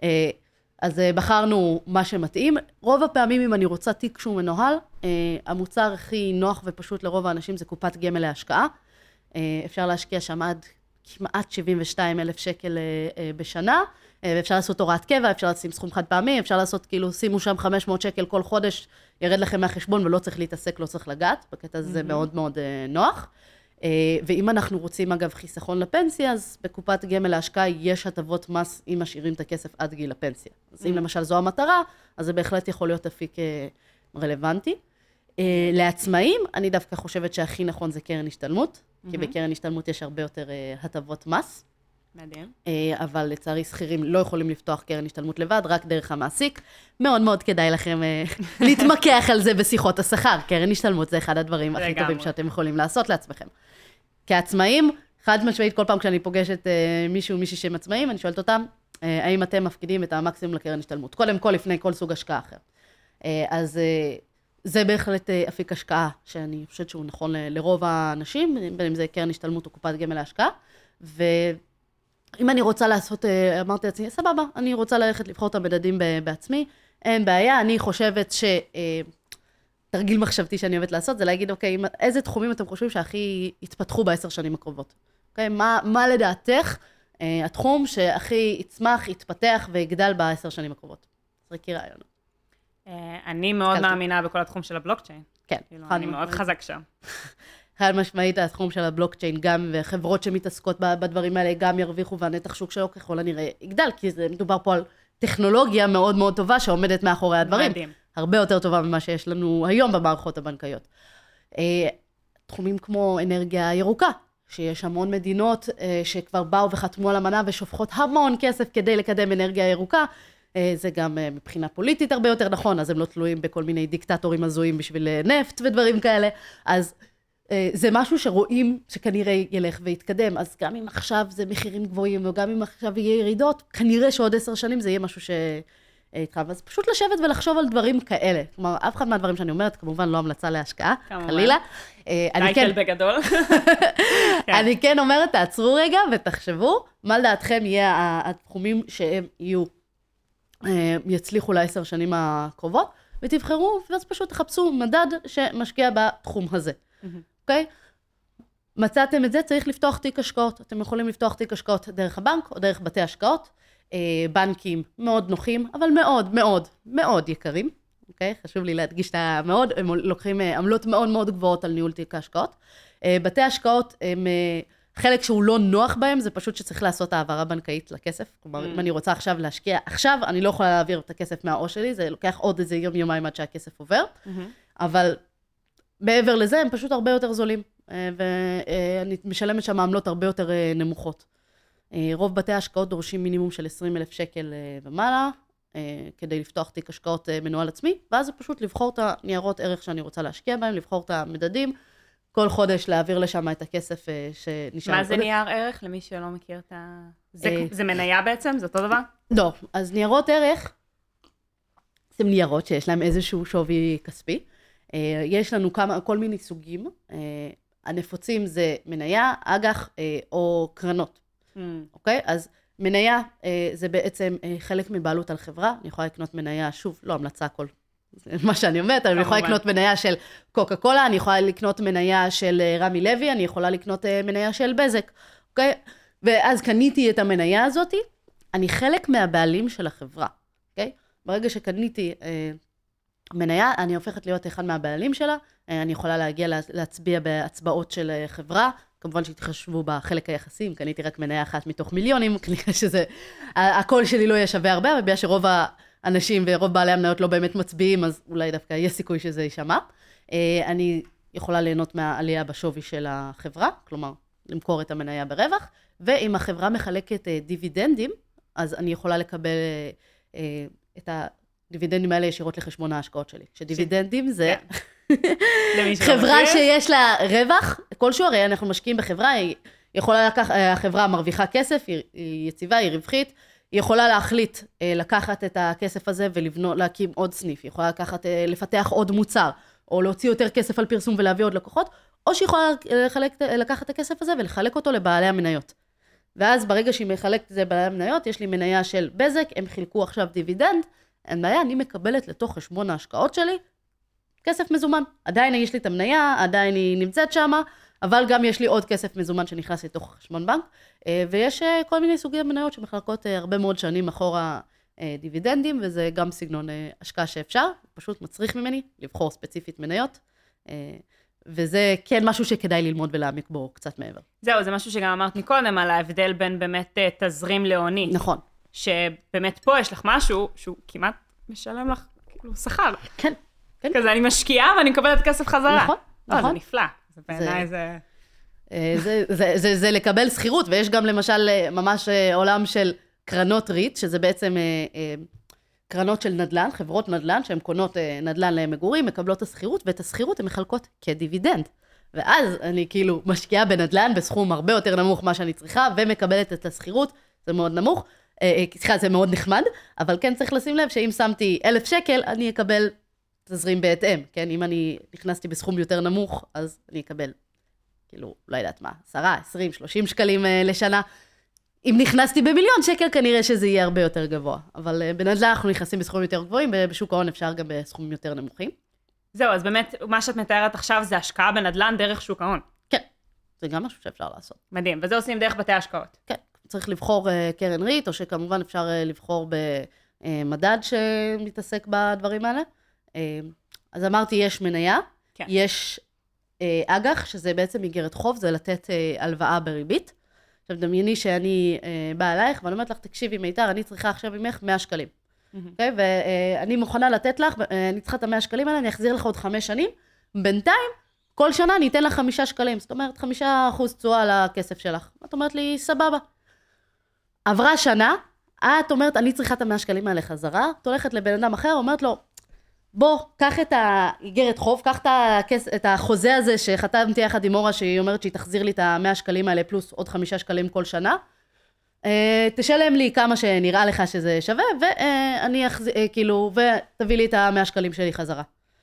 אז בחרנו מה שמתאים. רוב הפעמים אם אני רוצה תיק שהוא מנוהל, המוצר הכי נוח ופשוט לרוב האנשים זה קופת גמל להשקעה. אפשר להשקיע שם עד כמעט שבעים ושתיים אלף שקל בשנה, ואפשר לעשות הוראת קבע, אפשר לשים סכום חד פעמי, אפשר לעשות כאילו, שימו שם חמש מאות שקל כל חודש, ירד לכם מהחשבון ולא צריך להתעסק, לא צריך לגעת, בקטע הזה מאוד מאוד נוח. ואם אנחנו רוצים אגב חיסכון לפנסיה, אז בקופת גמל להשקעה יש הטבות מס אם משאירים את הכסף עד גיל הפנסיה. אז אם למשל זו המטרה, אז זה בהחלט יכול להיות אפיק רלוונטי. לעצמאים, אני דווקא חושבת שהכי נכון זה קרן השתלמות, כי בקרן השתלמות יש הרבה יותר הטבות מס. מדהים. אבל לצערי שכירים לא יכולים לפתוח קרן השתלמות לבד, רק דרך המעסיק. מאוד מאוד כדאי לכם להתמקח על זה בשיחות השכר. קרן השתלמות זה אחד הדברים הכי טובים שאתם יכולים לעשות לעצמכם. כעצמאים, חד משמעית, כל פעם כשאני פוגשת מישהו, מישהי שהם עצמאים, אני שואלת אותם, האם אתם מפקידים את המקסימום לקרן השתלמות? קודם כל, לפני כל סוג השקעה אחר. אז זה בהחלט אפיק השקעה, שאני חושבת שהוא נכון לרוב האנשים, בין אם זה קרן השתלמות או קופת גמל להשקעה, ואם אני רוצה לעשות, אמרתי לעצמי, סבבה, אני רוצה ללכת לבחור את המדדים בעצמי, אין בעיה, אני חושבת ש... תרגיל מחשבתי שאני אוהבת לעשות, זה להגיד, אוקיי, איזה תחומים אתם חושבים שהכי יתפתחו בעשר שנים הקרובות? אוקיי, מה, מה לדעתך התחום שהכי יצמח, יתפתח ויגדל בעשר שנים הקרובות? זריקי רעיון. אני מאוד מאמינה בכל התחום של הבלוקצ'יין. כן. אני מאוד חזק שם. חד משמעית, התחום של הבלוקצ'יין, גם חברות שמתעסקות בדברים האלה, גם ירוויחו, והנתח שוק שלו ככל הנראה יגדל, כי זה מדובר פה על טכנולוגיה מאוד מאוד טובה, שעומדת מאחורי הדברים. מדהים. הרבה יותר טובה ממה שיש לנו היום במערכות הבנקאיות. תחומים כמו אנרגיה ירוקה, שיש המון מדינות שכבר באו וחתמו על אמנה ושופכות המון כסף כדי לקדם אנרגיה ירוקה, זה גם מבחינה פוליטית הרבה יותר נכון, אז הם לא תלויים בכל מיני דיקטטורים הזויים בשביל נפט ודברים כאלה, אז זה משהו שרואים שכנראה ילך ויתקדם, אז גם אם עכשיו זה מחירים גבוהים, וגם אם עכשיו יהיה ירידות, כנראה שעוד עשר שנים זה יהיה משהו ש... איתך, אז פשוט לשבת ולחשוב על דברים כאלה. כלומר, אף אחד מהדברים שאני אומרת, כמובן לא המלצה להשקעה, חלילה. טייקל בגדול. אני כן אומרת, תעצרו רגע ותחשבו, מה לדעתכם יהיה התחומים שהם יהיו, יצליחו לעשר שנים הקרובות, ותבחרו, ואז פשוט תחפשו מדד שמשקיע בתחום הזה. אוקיי? מצאתם את זה, צריך לפתוח תיק השקעות. אתם יכולים לפתוח תיק השקעות דרך הבנק או דרך בתי השקעות. בנקים מאוד נוחים, אבל מאוד, מאוד, מאוד יקרים. אוקיי? חשוב לי להדגיש את המאוד, הם לוקחים עמלות מאוד מאוד גבוהות על ניהול תיק ההשקעות. בתי השקעות הם, חלק שהוא לא נוח בהם, זה פשוט שצריך לעשות העברה בנקאית לכסף. כלומר, אם אני רוצה עכשיו להשקיע, עכשיו אני לא יכולה להעביר את הכסף מהעו"ש שלי, זה לוקח עוד איזה יום יומיים עד שהכסף עובר, אבל מעבר לזה הם פשוט הרבה יותר זולים, ואני משלמת שם עמלות הרבה יותר נמוכות. רוב בתי ההשקעות דורשים מינימום של עשרים אלף שקל ומעלה, כדי לפתוח תיק השקעות מנוהל עצמי, ואז זה פשוט לבחור את הניירות ערך שאני רוצה להשקיע בהם, לבחור את המדדים, כל חודש להעביר לשם את הכסף שנשאר. מה זה נייר ערך? למי שלא מכיר את ה... זה מניה בעצם? זה אותו דבר? לא, אז ניירות ערך, זה ניירות שיש להם איזשהו שווי כספי. יש לנו כמה, כל מיני סוגים. הנפוצים זה מניה, אג"ח או קרנות. אוקיי? אז מניה זה בעצם חלק מבעלות על חברה. אני יכולה לקנות מניה, שוב, לא המלצה הכל. זה מה שאני אומרת, אני יכולה לקנות מניה של קוקה קולה, אני יכולה לקנות מניה של רמי לוי, אני יכולה לקנות מניה של בזק, אוקיי? ואז קניתי את המניה הזאת, אני חלק מהבעלים של החברה, אוקיי? ברגע שקניתי אה, מניה, אני הופכת להיות אחד מהבעלים שלה, אה, אני יכולה להגיע לה, להצביע בהצבעות של חברה, כמובן שהתחשבו בחלק היחסי, אם קניתי רק מניה אחת מתוך מיליונים, כנראה שזה, הקול שלי לא יהיה שווה הרבה, אבל בגלל שרוב ה... אנשים ורוב בעלי המניות לא באמת מצביעים, אז אולי דווקא יש סיכוי שזה יישמע. אני יכולה ליהנות מהעלייה בשווי של החברה, כלומר, למכור את המניה ברווח, ואם החברה מחלקת דיבידנדים, אז אני יכולה לקבל את הדיבידנדים האלה ישירות לחשבון ההשקעות שלי. שדיבידנדים זה חברה שיש לה רווח, כלשהו, הרי אנחנו משקיעים בחברה, היא יכולה לקחת, החברה מרוויחה כסף, היא יציבה, היא רווחית, היא יכולה להחליט לקחת את הכסף הזה ולבנות, להקים עוד סניף, היא יכולה לקחת, לפתח עוד מוצר, או להוציא יותר כסף על פרסום ולהביא עוד לקוחות, או שהיא יכולה לחלק, לקחת את הכסף הזה ולחלק אותו לבעלי המניות. ואז ברגע שהיא מחלקת את זה לבעלי המניות, יש לי מניה של בזק, הם חילקו עכשיו דיבידנד, אין בעיה, אני מקבלת לתוך חשבון ההשקעות שלי, כסף מזומן. עדיין יש לי את המניה, עדיין היא נמצאת שמה, אבל גם יש לי עוד כסף מזומן שנכנס לתוך חשבון בנק, ויש כל מיני סוגי מניות שמחלקות הרבה מאוד שנים אחורה דיבידנדים, וזה גם סגנון השקעה שאפשר, פשוט מצריך ממני לבחור ספציפית מניות, וזה כן משהו שכדאי ללמוד ולהעמיק בו קצת מעבר. זהו, זה משהו שגם אמרת מקודם, על ההבדל בין באמת תזרים להוני. נכון. שבאמת פה יש לך משהו שהוא כמעט משלם לך כאילו שכר. כן. כזה אני משקיעה ואני מקבלת כסף חזרה. נכון, נכון. זה נפלא. זה בעיניי זה... זה, זה, זה, זה לקבל שכירות, ויש גם למשל ממש עולם של קרנות ריט, שזה בעצם קרנות של נדל"ן, חברות נדל"ן, שהן קונות נדל"ן למגורים, מקבלות את השכירות, ואת השכירות הן מחלקות כדיבידנד. ואז אני כאילו משקיעה בנדל"ן בסכום הרבה יותר נמוך מה שאני צריכה, ומקבלת את השכירות, זה מאוד נמוך, סליחה, זה מאוד נחמד, אבל כן צריך לשים לב שאם שמתי אלף שקל, אני אקבל תזרים בהתאם, כן? אם אני נכנסתי בסכום יותר נמוך, אז אני אקבל, כאילו, לא יודעת מה, עשרה, עשרים, שלושים שקלים לשנה. אם נכנסתי במיליון שקל, כנראה שזה יהיה הרבה יותר גבוה. אבל בנדל"ן אנחנו נכנסים בסכומים יותר גבוהים, ובשוק ההון אפשר גם בסכומים יותר נמוכים. זהו, אז באמת, מה שאת מתארת עכשיו זה השקעה בנדל"ן דרך שוק ההון. כן, זה גם משהו שאפשר לעשות. מדהים, וזה עושים דרך בתי ההשקעות. כן, צריך לבחור קרן ריט, או שכמובן אפשר לבחור במדד שמתעסק בדברים האלה. אז אמרתי, יש מניה, כן. יש אג"ח, שזה בעצם איגרת חוב, זה לתת הלוואה בריבית. עכשיו, דמייני שאני באה אלייך, ואני אומרת לך, תקשיבי מיתר, אני צריכה עכשיו ממך מאה שקלים. אוקיי? ואני מוכנה לתת לך, אני צריכה את המאה שקלים האלה, אני אחזיר לך עוד חמש שנים. בינתיים, כל שנה אני אתן לך חמישה שקלים. זאת אומרת, חמישה אחוז תשואה על הכסף שלך. את אומרת לי, סבבה. עברה שנה, את אומרת, אני צריכה את המאה שקלים האלה חזרה, את הולכת לבן אדם אחר, אומרת לו, בוא, קח את האיגרת חוב, קח את החוזה הזה שחתמתי יחד עם אורה, שהיא אומרת שהיא תחזיר לי את המאה שקלים האלה, פלוס עוד חמישה שקלים כל שנה, תשלם לי כמה שנראה לך שזה שווה, ואני אחזיר, כאילו, ותביא לי את המאה שקלים שלי חזרה.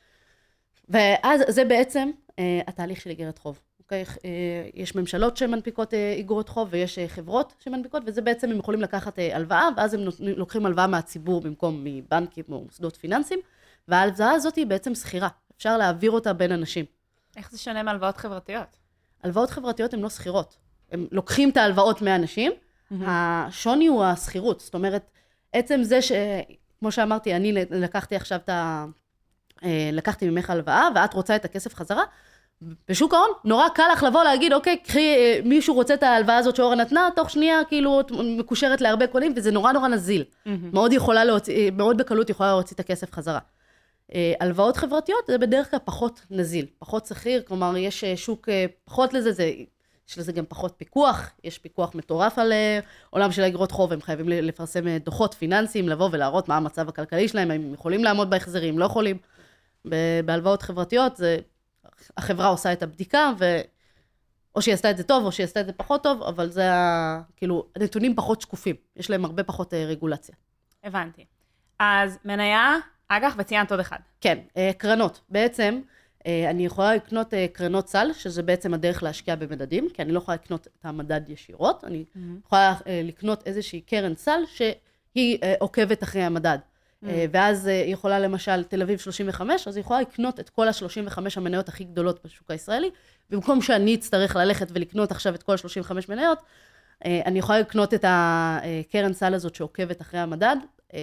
ואז זה בעצם התהליך של איגרת חוב. יש ממשלות שמנפיקות איגרות חוב, ויש חברות שמנפיקות, וזה בעצם הם יכולים לקחת הלוואה, ואז הם לוקחים הלוואה מהציבור במקום מבנקים או מוסדות פיננסיים, וההלוואה הזאת היא בעצם שכירה. אפשר להעביר אותה בין אנשים. איך זה שונה מהלוואות חברתיות? הלוואות חברתיות הן לא שכירות. הם לוקחים את ההלוואות מאנשים, mm-hmm. השוני הוא השכירות. זאת אומרת, עצם זה ש... כמו שאמרתי, אני לקחתי עכשיו את לקחתי ממך הלוואה, ואת רוצה את הכסף חזרה, בשוק ההון, נורא קל לך לבוא להגיד, אוקיי, קחי, מישהו רוצה את ההלוואה הזאת שאורה נתנה, תוך שנייה, כאילו, מקושרת להרבה קונים, וזה נורא נורא נזיל. Mm-hmm. מאוד יכולה להוציא, מאוד בקלות יכולה להוציא את הכסף חזרה. הלוואות חברתיות, זה בדרך כלל פחות נזיל, פחות שכיר, כלומר, יש שוק פחות לזה, זה, יש לזה גם פחות פיקוח, יש פיקוח מטורף על עולם של אגרות חוב, הם חייבים לפרסם דוחות פיננסיים, לבוא ולהראות מה המצב הכלכלי שלהם, הם יכולים לעמוד בהחזרים, לא יכולים. בהלוואות חברתיות, זה, החברה עושה את הבדיקה, ו... או שהיא עשתה את זה טוב, או שהיא עשתה את זה פחות טוב, אבל זה, ה... כאילו, הנתונים פחות שקופים, יש להם הרבה פחות רגולציה. הבנתי. אז מניה, אג"ח וציינת עוד אחד. כן, קרנות. בעצם, אני יכולה לקנות קרנות סל, שזה בעצם הדרך להשקיע במדדים, כי אני לא יכולה לקנות את המדד ישירות, אני mm-hmm. יכולה לקנות איזושהי קרן סל, שהיא עוקבת אחרי המדד. Mm-hmm. ואז היא יכולה למשל תל אביב שלושים וחמש, אז היא יכולה לקנות את כל ה-שלושים וחמש המניות הכי גדולות בשוק הישראלי, במקום שאני אצטרך ללכת ולקנות עכשיו את כל ה-שלושים וחמש מניות, אני יכולה לקנות את הקרן סל הזאת שעוקבת אחרי המדד,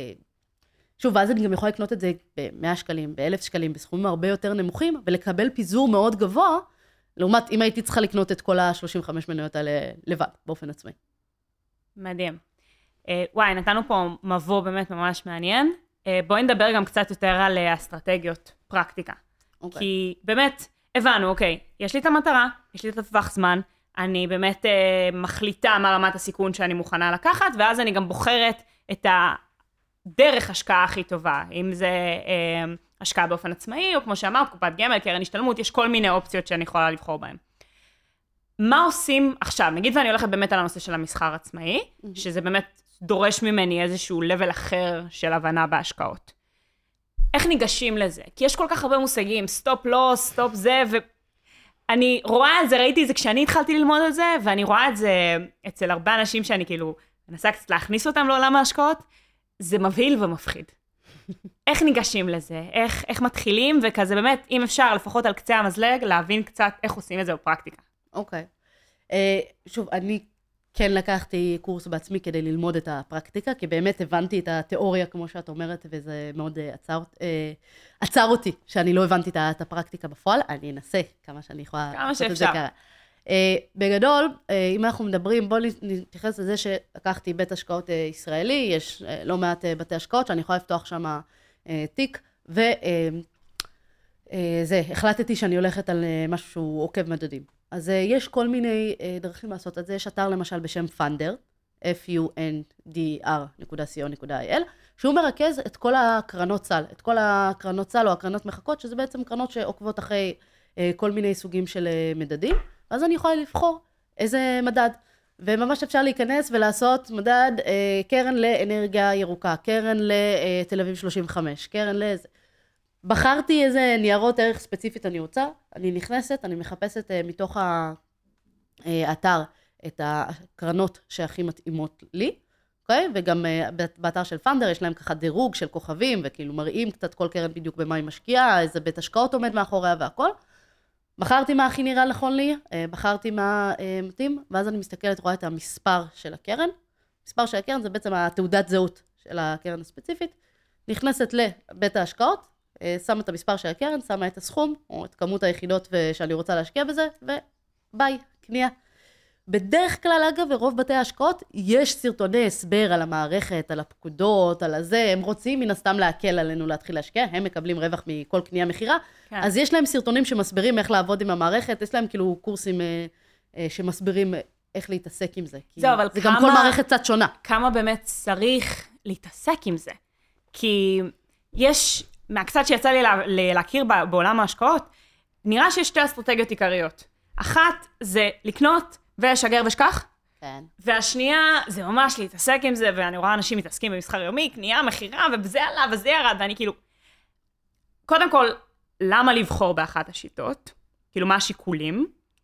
שוב, ואז אני גם יכולה לקנות את זה ב-מאה שקלים, ב-אלף שקלים, בסכומים הרבה יותר נמוכים, ולקבל פיזור מאוד גבוה, לעומת אם הייתי צריכה לקנות את כל ה-שלושים וחמש מניות האלה לבד, באופן עצמי. מדהים. וואי, נתנו פה מבוא באמת ממש מעניין. בואי נדבר גם קצת יותר על אסטרטגיות, פרקטיקה. Okay. כי באמת, הבנו, אוקיי, יש לי את המטרה, יש לי את הטווח זמן, אני באמת אה, מחליטה מה רמת הסיכון שאני מוכנה לקחת, ואז אני גם בוחרת את הדרך השקעה הכי טובה, אם זה אה, השקעה באופן עצמאי, או כמו שאמרת, קופת גמל, קרן השתלמות, יש כל מיני אופציות שאני יכולה לבחור בהן. מה עושים עכשיו? נגיד ואני הולכת באמת על הנושא של המסחר עצמאי, mm-hmm. שזה באמת דורש ממני איזשהו level אחר של הבנה בהשקעות. איך ניגשים לזה? כי יש כל כך הרבה מושגים, סטופ לא, סטופ זה, ואני רואה את זה, ראיתי את זה כשאני התחלתי ללמוד את זה, ואני רואה את זה אצל הרבה אנשים שאני כאילו מנסה קצת להכניס אותם לעולם ההשקעות, זה מבהיל ומפחיד. איך ניגשים לזה? איך, איך מתחילים? וכזה באמת, אם אפשר, לפחות על קצה המזלג, להבין קצת איך עושים את זה בפרקטיקה. אוקיי. Okay. Uh, שוב, אני כן לקחתי קורס בעצמי כדי ללמוד את הפרקטיקה, כי באמת הבנתי את התיאוריה, כמו שאת אומרת, וזה מאוד uh, עצר, uh, עצר אותי, שאני לא הבנתי את הפרקטיקה בפועל. אני אנסה כמה שאני יכולה... כמה שאפשר. Uh, בגדול, uh, אם אנחנו מדברים, בואו נתייחס לזה שלקחתי בית השקעות uh, ישראלי, יש uh, לא מעט uh, בתי השקעות שאני יכולה לפתוח שם uh, תיק, ו... Uh, uh, זה, החלטתי שאני הולכת על uh, משהו שהוא עוקב מדדים. אז uh, יש כל מיני uh, דרכים לעשות את זה, יש אתר למשל בשם Funder, אף יו אן די אר נקודה סי או נקודה איי אל, שהוא מרכז את כל הקרנות סל, את כל הקרנות סל או הקרנות מחכות, שזה בעצם קרנות שעוקבות אחרי uh, כל מיני סוגים של uh, מדדים, אז אני יכולה לבחור איזה מדד, וממש אפשר להיכנס ולעשות מדד אה, קרן לאנרגיה ירוקה, קרן לתל אביב שלושים וחמש, קרן לאיזה... בחרתי איזה ניירות ערך ספציפית אני רוצה, אני נכנסת, אני מחפשת אה, מתוך האתר את הקרנות שהכי מתאימות לי, אוקיי? וגם אה, באתר של פאנדר יש להם ככה דירוג של כוכבים, וכאילו מראים קצת כל קרן בדיוק במה היא משקיעה, איזה בית השקעות עומד מאחוריה והכל. בחרתי מה הכי נראה נכון לי, בחרתי מה מתאים, ואז אני מסתכלת, רואה את המספר של הקרן. מספר של הקרן זה בעצם התעודת זהות של הקרן הספציפית. נכנסת לבית ההשקעות, שמה את המספר של הקרן, שמה את הסכום, או את כמות היחידות שאני רוצה להשקיע בזה, וביי, קנייה. בדרך כלל, אגב, ברוב בתי ההשקעות, יש סרטוני הסבר על המערכת, על הפקודות, על הזה, הם רוצים מן הסתם להקל עלינו להתחיל להשקיע, הם מקבלים רווח מכל קנייה מחירה, כן. אז יש להם סרטונים שמסבירים איך לעבוד עם המערכת, יש להם כאילו קורסים אה, אה, שמסבירים איך להתעסק עם זה, כי זו, אבל זה כמה, גם כל מערכת קצת שונה. כמה באמת צריך להתעסק עם זה? כי יש, מהקצת שיצא לי לה, להכיר בעולם ההשקעות, נראה שיש שתי אסטרטגיות עיקריות. אחת זה לקנות, ושגר ושכח. כן. והשנייה, זה ממש להתעסק עם זה, ואני רואה אנשים מתעסקים במסחר יומי, קנייה, מחירה, ובזה עלה, וזה ירד, ואני כאילו... קודם כל, למה לבחור באחת השיטות? כאילו, מה השיקולים?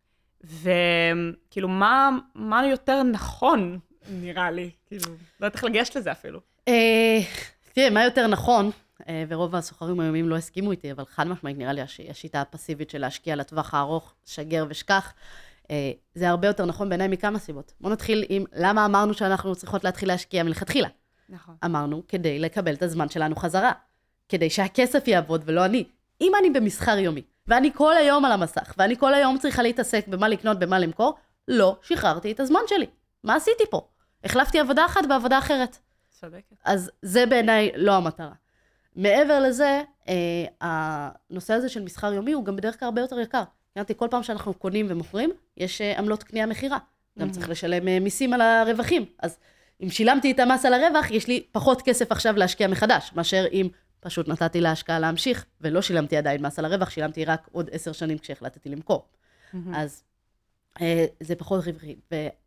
וכאילו, מה, מה יותר נכון, נראה לי? כאילו, לא יודעת איך לגשת לזה אפילו. תראה, מה יותר נכון, ורוב הסוחרים היומיים לא הסכימו איתי, אבל חד משמעית נראה לי השיטה הפסיבית של להשקיע לטווח הארוך, שגר ושכח, זה הרבה יותר נכון בעיניי מכמה סיבות. בואו נתחיל עם למה אמרנו שאנחנו צריכות להתחיל להשקיע מלכתחילה. נכון. אמרנו כדי לקבל את הזמן שלנו חזרה, כדי שהכסף יעבוד ולא אני. אם אני במסחר יומי, ואני כל היום על המסך, ואני כל היום צריכה להתעסק במה לקנות, במה למכור, לא שחררתי את הזמן שלי. מה עשיתי פה? החלפתי עבודה אחת בעבודה אחרת. צודקת. אז זה בעיניי לא המטרה. מעבר לזה, אה, הנושא הזה של מסחר יומי הוא גם בדרך כלל הרבה יותר יקר. אמרתי, כל פעם שאנחנו קונים ומוכרים, יש אה, עמלות קנייה מחירה. גם צריך לשלם אה, מיסים על הרווחים. אז אם שילמתי את המס על הרווח, יש לי פחות כסף עכשיו להשקיע מחדש, מאשר אם פשוט נתתי להשקעה להמשיך, ולא שילמתי עדיין מס על הרווח, שילמתי רק עוד עשר שנים כשהחלטתי למכור. אז אה, זה פחות רווחי.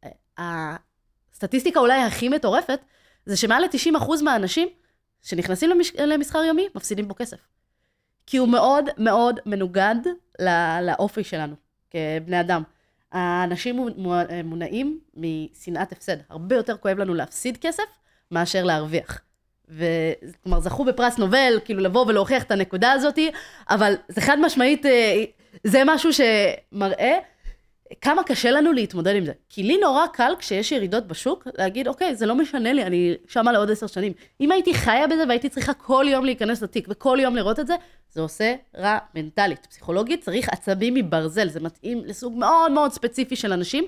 והסטטיסטיקה אולי הכי מטורפת, זה שמעל ל-תשעים אחוז מהאנשים שנכנסים למש... למסחר יומי, מפסידים בו כסף. כי הוא מאוד מאוד מנוגד לא... לאופי שלנו, כבני אדם. האנשים מונעים משנאת הפסד. הרבה יותר כואב לנו להפסיד כסף, מאשר להרוויח. וכלומר, זכו בפרס נובל, כאילו לבוא ולהוכיח את הנקודה הזאת, אבל זה חד משמעית, זה משהו שמראה כמה קשה לנו להתמודד עם זה. כי לי נורא קל כשיש ירידות בשוק, להגיד, אוקיי, זה לא משנה לי, אני שמה לעוד עשר שנים. אם הייתי חיה בזה והייתי צריכה כל יום להיכנס לתיק, וכל יום לראות את זה, זה עושה רע מנטלית. פסיכולוגית צריך עצבים מברזל, זה מתאים לסוג מאוד מאוד ספציפי של אנשים.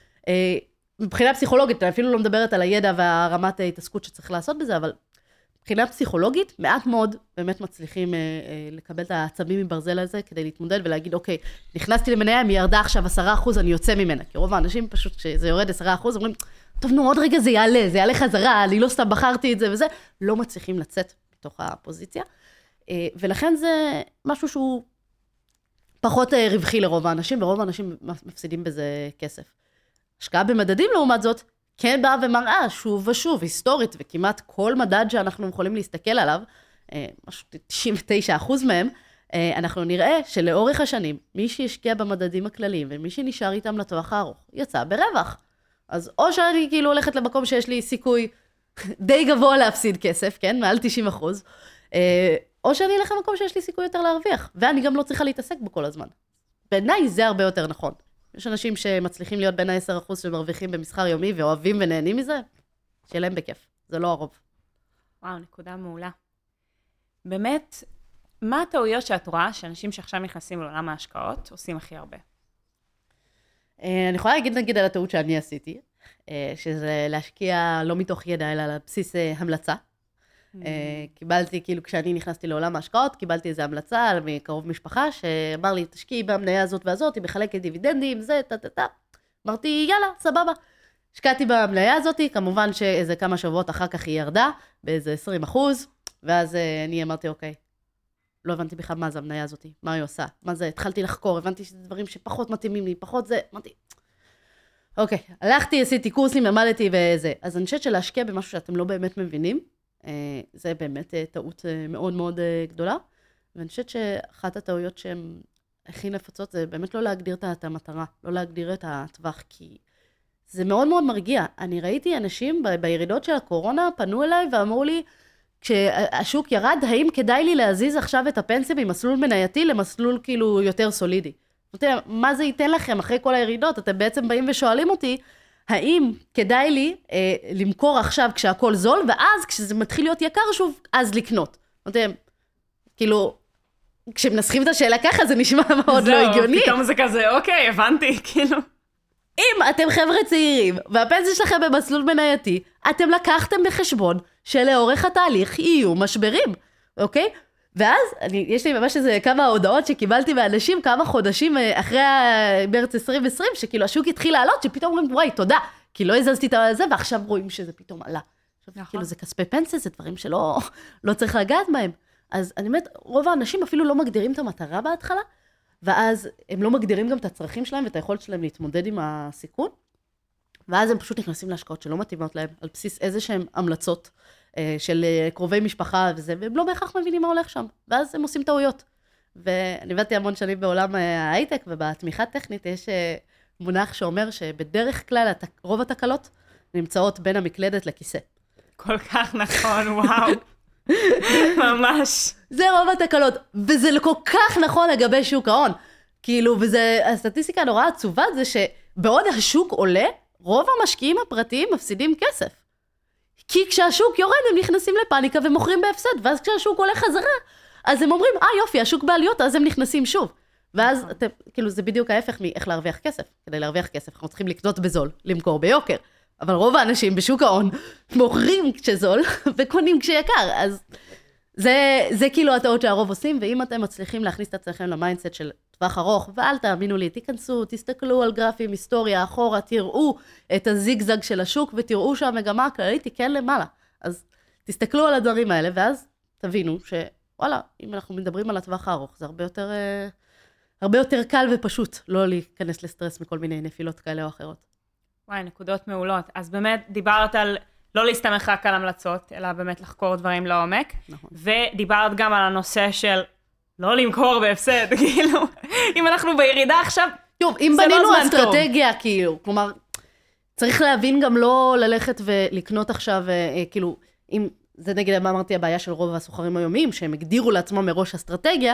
מבחינה פסיכולוגית, אני אפילו לא מדברת על הידע והרמת ההתעסקות שצריך לעשות בזה, אבל מבחינה פסיכולוגית, מעט מאוד באמת מצליחים אה, אה, לקבל את העצבים מברזל הזה, כדי להתמודד ולהגיד, אוקיי, נכנסתי למניה, היא ירדה עכשיו עשרה אחוז, אני יוצא ממנה. כי רוב האנשים פשוט, כשזה יורד עשרה אחוז, אומרים, טוב, נו, עוד רגע זה יעלה, זה יעלה חזרה, אני לא סתם בחרתי את זה וזה, לא מצליחים לצאת מתוך הפוזיציה. אה, ולכן זה משהו שהוא פחות אה, רווחי לרוב האנשים, ורוב האנשים מפסידים בזה כסף. השקעה במדדים לעומת זאת, כן באה ומראה שוב ושוב, היסטורית, וכמעט כל מדד שאנחנו יכולים להסתכל עליו, משהו תשעים ותשעה אחוז מהם, אנחנו נראה שלאורך השנים, מי שהשקיע במדדים הכלליים, ומי שנשאר איתם לטווח הארוך, יצא ברווח. אז או שאני כאילו הולכת למקום שיש לי סיכוי די גבוה להפסיד כסף, כן, מעל תשעים אחוז, או שאני אלך למקום שיש לי סיכוי יותר להרוויח, ואני גם לא צריכה להתעסק בו כל הזמן. בעיניי זה הרבה יותר נכון. יש אנשים שמצליחים להיות בין ה-עשרה אחוז שמרוויחים במסחר יומי ואוהבים ונהנים מזה, שיהיה להם בכיף. זה לא הרוב. וואו, נקודה מעולה. באמת, מה הטעויות שאת רואה שאנשים שעכשיו נכנסים לעולם ההשקעות עושים הכי הרבה? אני יכולה להגיד נגיד על הטעות שאני עשיתי, שזה להשקיע לא מתוך ידע, אלא על בסיס המלצה. קיבלתי, כאילו כשאני נכנסתי לעולם ההשקעות, קיבלתי איזו המלצה מקרוב משפחה, שאמר לי, תשקיעי במניה הזאת והזאת, היא מחלקת דיבידנדים, זה, תה, תה, תה. אמרתי, יאללה, סבבה. השקעתי במניה הזאת, כמובן שאיזה כמה שבועות אחר כך היא ירדה, באיזה עשרים אחוז, ואז אני אמרתי, אוקיי, לא הבנתי בכלל מה זה המניה הזאת, מה היא עושה, מה זה, התחלתי לחקור, הבנתי שזה דברים שפחות מתאימים לי, פחות זה, אמרתי, אוקיי, הלכתי, עשיתי קורסים, למדתי וזה. אז אני חושבת שלהשקיע במשהו שאתם לא באמת מבינים, זה באמת טעות מאוד מאוד גדולה, ואני חושבת שאחת הטעויות שהן הכי נפוצות זה באמת לא להגדיר את המטרה, לא להגדיר את הטווח, כי זה מאוד מאוד מרגיע. אני ראיתי אנשים בירידות של הקורונה פנו אליי ואמרו לי, כשהשוק ירד, האם כדאי לי להזיז עכשיו את הפנסיה ממסלול מנייתי למסלול כאילו יותר סולידי? מה זה ייתן לכם אחרי כל הירידות? אתם בעצם באים ושואלים אותי, האם כדאי לי אה, למכור עכשיו כשהכל זול, ואז כשזה מתחיל להיות יקר שוב, אז לקנות. אתם, כאילו, כשמנסחים את השאלה ככה, זה נשמע מאוד לא הגיוני. זהו, פתאום זה כזה, אוקיי, הבנתי, כאילו. אם אתם חבר'ה צעירים, והפנסיה שלכם במסלול מנייתי, אתם לקחתם בחשבון שלאורך התהליך יהיו משברים, אוקיי? ואז, אני, יש לי ממש איזה כמה הודעות שקיבלתי מאנשים, כמה חודשים אחרי מרץ עשרים עשרים, שכאילו השוק התחיל לעלות, שפתאום אומרים, וואי, תודה, כי לא הזזתי את זה, ועכשיו רואים שזה פתאום עלה. עכשיו, כאילו זה כספי פנסיה, זה דברים שלא לא צריך לגעת בהם. אז אני אומרת, רוב האנשים אפילו לא מגדירים את המטרה בהתחלה, ואז הם לא מגדירים גם את הצרכים שלהם, ואת היכולת שלהם להתמודד עם הסיכון, ואז הם פשוט נכנסים להשקעות שלא מתאימות להם, על בסיס איזה שהם המלצות, של קרובי משפחה וזה, והם לא בהכרח מבינים מה הולך שם, ואז הם עושים טעויות. ואני הבאתי המון שנים בעולם ההייטק, ובתמיכה טכנית יש מונח שאומר שבדרך כלל רוב התקלות נמצאות בין המקלדת לכיסא. כל כך נכון, וואו. ממש. זה רוב התקלות, וזה כל כך נכון לגבי שוק ההון. כאילו, וזה, הסטטיסטיקה הנורא עצובה זה שבעוד השוק עולה, רוב המשקיעים הפרטיים מפסידים כסף. כי כשהשוק יורד, הם נכנסים לפאניקה ומוכרים בהפסד, ואז כשהשוק עולה חזרה, אז הם אומרים, אה יופי, השוק בעליות, אז הם נכנסים שוב. ואז אתם, כאילו זה בדיוק ההפך מאיך להרוויח כסף. כדי להרוויח כסף, אנחנו צריכים לקנות בזול, למכור ביוקר. אבל רוב האנשים בשוק ההון מוכרים כשזול וקונים כשיקר. אז זה, זה כאילו הטעות שהרוב עושים, ואם אתם מצליחים להכניס את עצמכם למיינדסט של טווח ארוך, ואל תאמינו לי, תיכנסו, תסתכלו על גרפים, היסטוריה, אחורה, תראו את הזיגזג של השוק, ותראו שהמגמה הכללית היא כן למעלה. אז תסתכלו על הדברים האלה, ואז תבינו שוואלה, אם אנחנו מדברים על הטווח הארוך, זה הרבה יותר, הרבה יותר קל ופשוט לא להיכנס לסטרס מכל מיני נפילות כאלה או אחרות. וואי, נקודות מעולות. אז באמת דיברת על לא להסתמך רק על המלצות, אלא באמת לחקור דברים לעומק. נכון. ודיברת גם על הנושא של לא למכור בהפסד, כאילו, אם אנחנו בירידה עכשיו, טוב, אם בנינו אסטרטגיה, כאילו, כלומר, צריך להבין גם לא ללכת ולקנות עכשיו, כאילו, אם, זה נגיד, מה אמרתי, הבעיה של רוב הסוחרים היומיים, שהם הגדירו לעצמם מראש אסטרטגיה,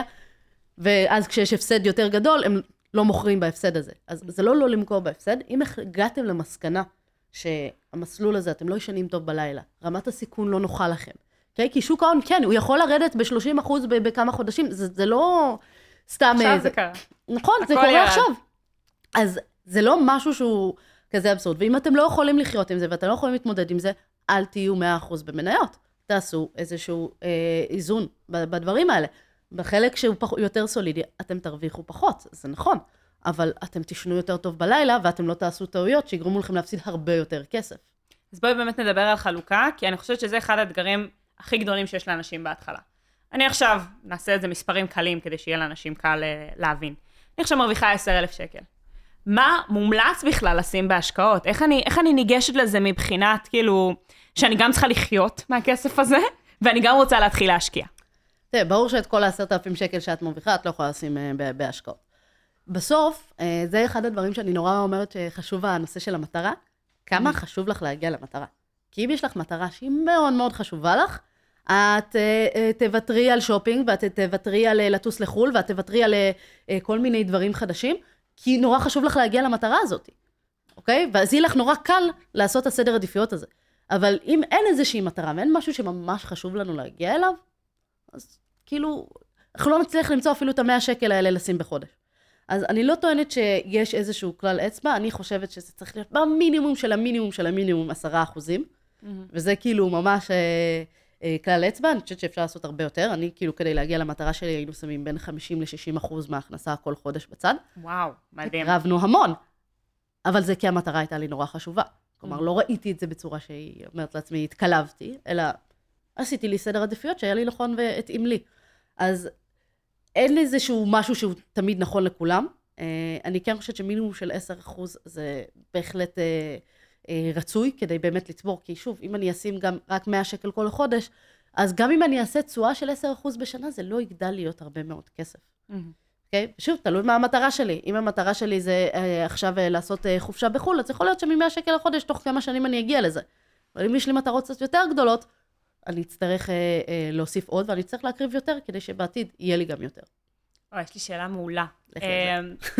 ואז כשיש הפסד יותר גדול, הם לא מוכרים בהפסד הזה. אז זה לא לא למכור בהפסד. אם הגעתם למסקנה שהמסלול הזה, אתם לא ישנים טוב בלילה, רמת הסיכון לא נוחה לכם. Okay? כי שוק ההון, כן, הוא יכול לרדת ב-שלושים אחוז בכמה חודשים, זה, זה לא סתם... עכשיו זה... זה קרה. נכון, זה קורה ירד. עכשיו. אז זה לא משהו שהוא כזה אבסורד. ואם אתם לא יכולים לחיות עם זה, ואתם לא יכולים להתמודד עם זה, אל תהיו מאה אחוז במניות. תעשו איזשהו אה, איזון בדברים האלה. בחלק שהוא פח, יותר סולידי, אתם תרוויחו פחות, זה נכון. אבל אתם תשנו יותר טוב בלילה, ואתם לא תעשו טעויות שיגרמו לכם להפסיד הרבה יותר כסף. אז בואי באמת נדבר על חלוקה, כי אני חושבת שזה אחד האתגרים הכי גדולים שיש לאנשים בהתחלה. אני עכשיו נעשה את זה מספרים קלים, כדי שיהיה לאנשים קל להבין. אני עכשיו מרוויחה עשרת אלפים שקל. מה מומלץ בכלל לשים בהשקעות? איך אני, איך אני ניגשת לזה מבחינת, כאילו, שאני גם צריכה לחיות מהכסף הזה, ואני גם רוצה להתחיל להשקיע? תראה, ברור שאת כל עשרת אלפים שקל שאת מרוויחה, את לא יכולה לשים בהשקעות. בסוף, זה אחד הדברים שאני נורא אומרת שחשוב הנושא של המטרה. כמה חשוב לך להגיע למטרה? כי אם יש לך מטרה שהיא מאוד מאוד חשובה לך, את תוותרי על שופינג, ואת תוותרי על לטוס לחול, ואת תוותרי על כל מיני דברים חדשים, כי נורא חשוב לך להגיע למטרה הזאת. אוקיי? ואז יהיה לך נורא קל לעשות את הסדר עדיפויות הזה. אבל אם אין איזושהי מטרה, ואין משהו שממש חשוב לנו להגיע אליו, אז כאילו, אנחנו לא נצליח למצוא אפילו את המאה שקל האלה לשים בחודש. אז אני לא טוענת שיש איזשהו כלל אצבע, אני חושבת שזה צריך להיות במינימום של המינימום של המינימום עשרה אחוזים, mm-hmm. וזה כאילו ממש אה, אה, כלל אצבע, אני חושבת שאפשר לעשות הרבה יותר, אני כאילו כדי להגיע למטרה שלי היינו שמים בין חמישים לשישים אחוז מההכנסה כל חודש בצד. וואו, מדהים. רבנו המון, אבל זה כי המטרה הייתה לי נורא חשובה, כלומר mm-hmm. לא ראיתי את זה בצורה שהיא אומרת לעצמי, התקלבתי, אלא עשיתי לי סדר עדיפויות שהיה לי נכון והתאים לי. אז אין איזשהו משהו שהוא תמיד נכון לכולם. אני כן חושבת שמינימום של עשרה אחוז זה בהחלט רצוי, כדי באמת לצבור, כי שוב, אם אני אשים גם רק מאה שקל כל חודש, אז גם אם אני אעשה תשואה של עשרה אחוז בשנה, זה לא יגדל להיות הרבה מאוד כסף. אוקיי? שוב, תלוי מה המטרה שלי. אם המטרה שלי זה עכשיו לעשות חופשה בחול, אז יכול להיות שמ-מאה שקל לחודש, תוך כמה שנים אני אגיע לזה. אבל אם יש לי מטרות קצת יותר גדולות, אני אצטרך אה, אה, להוסיף עוד, ואני אצטרך להקריב יותר, כדי שבעתיד יהיה לי גם יותר. או, יש לי שאלה מעולה. אה,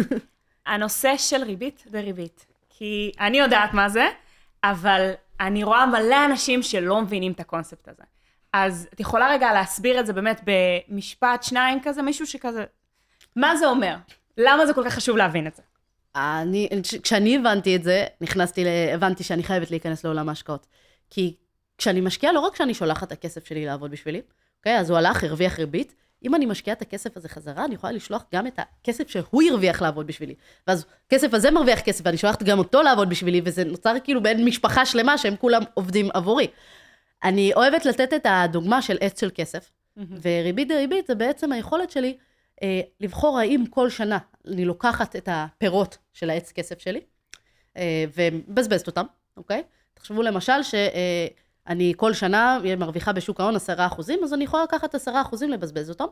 הנושא של ריבית וריבית. כי אני יודעת מה זה, אבל אני רואה מלא אנשים שלא מבינים את הקונספט הזה. אז את יכולה רגע להסביר את זה באמת במשפט, שניים כזה, מישהו שכזה, מה זה אומר? למה זה כל כך חשוב להבין את זה? אני, כשאני הבנתי את זה, נכנסתי, הבנתי שאני חייבת להיכנס לעולם ההשקעות. כי כשאני משקיעה, לא רק כשאני שולחת את הכסף שלי לעבוד בשבילי, אוקיי? אז הוא הלך, הרוויח ריבית. אם אני משקיעה את הכסף הזה חזרה, אני יכולה לשלוח גם את הכסף שהוא הרוויח לעבוד בשבילי. ואז הכסף הזה מרוויח כסף, ואני שולחת גם אותו לעבוד בשבילי, וזה נוצר כאילו בין משפחה שלמה, שהם כולם עובדים עבורי. אני אוהבת לתת את הדוגמה של עץ של כסף, וריבית דריבית זה בעצם היכולת שלי אה, לבחור האם כל שנה אני לוקחת את הפירות של העץ כסף שלי, אה, ומבזבזת אותם, אוקיי? תחשבו למשל ש... אה, אני כל שנה מרוויחה בשוק ההון עשרה אחוזים, אז אני יכולה לקחת עשרה אחוזים לבזבז אותם,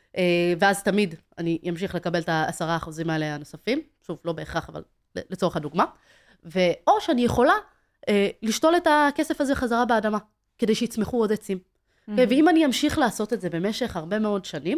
ואז תמיד אני אמשיך לקבל את העשרה אחוזים האלה הנוספים, שוב, לא בהכרח, אבל לצורך הדוגמה, או שאני יכולה לשתול את הכסף הזה חזרה באדמה, כדי שיצמחו עוד עצים. Mm-hmm. ואם אני אמשיך לעשות את זה במשך הרבה מאוד שנים,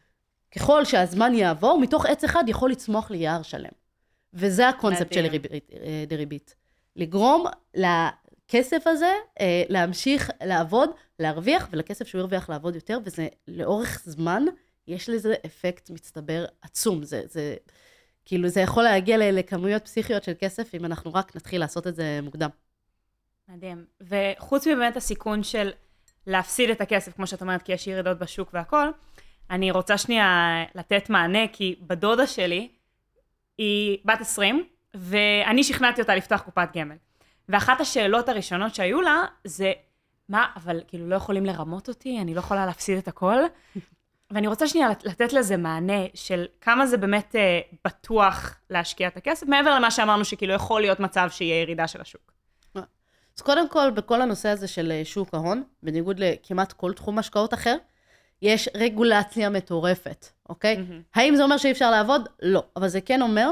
ככל שהזמן יעבור, מתוך עץ אחד יכול לצמוח לי יער שלם. וזה הקונספט של ריבית, דריבית. לגרום ל... לכסף הזה אה, להמשיך לעבוד, להרוויח, ולכסף שהוא ירוויח לעבוד יותר, וזה לאורך זמן, יש לזה אפקט מצטבר עצום. זה, זה, כאילו, זה יכול להגיע לכמויות פסיכיות של כסף, אם אנחנו רק נתחיל לעשות את זה מוקדם. מדהים. וחוץ מבאמת הסיכון של להפסיד את הכסף, כמו שאת אומרת, כי יש ירידות בשוק והכל, אני רוצה שנייה לתת מענה, כי בדודה שלי, היא בת עשרים, ואני שכנעתי אותה לפתוח קופת גמל. ואחת השאלות הראשונות שהיו לה, זה, מה, אבל כאילו לא יכולים לרמות אותי, אני לא יכולה להפסיד את הכל. ואני רוצה שנייה לתת לזה מענה של כמה זה באמת אה, בטוח להשקיע את הכסף, מעבר למה שאמרנו שכאילו יכול להיות מצב שיהיה ירידה של השוק. אז קודם כל, בכל הנושא הזה של שוק ההון, בניגוד לכמעט כל תחום השקעות אחר, יש רגולציה מטורפת, אוקיי? Mm-hmm. האם זה אומר שאי אפשר לעבוד? לא. אבל זה כן אומר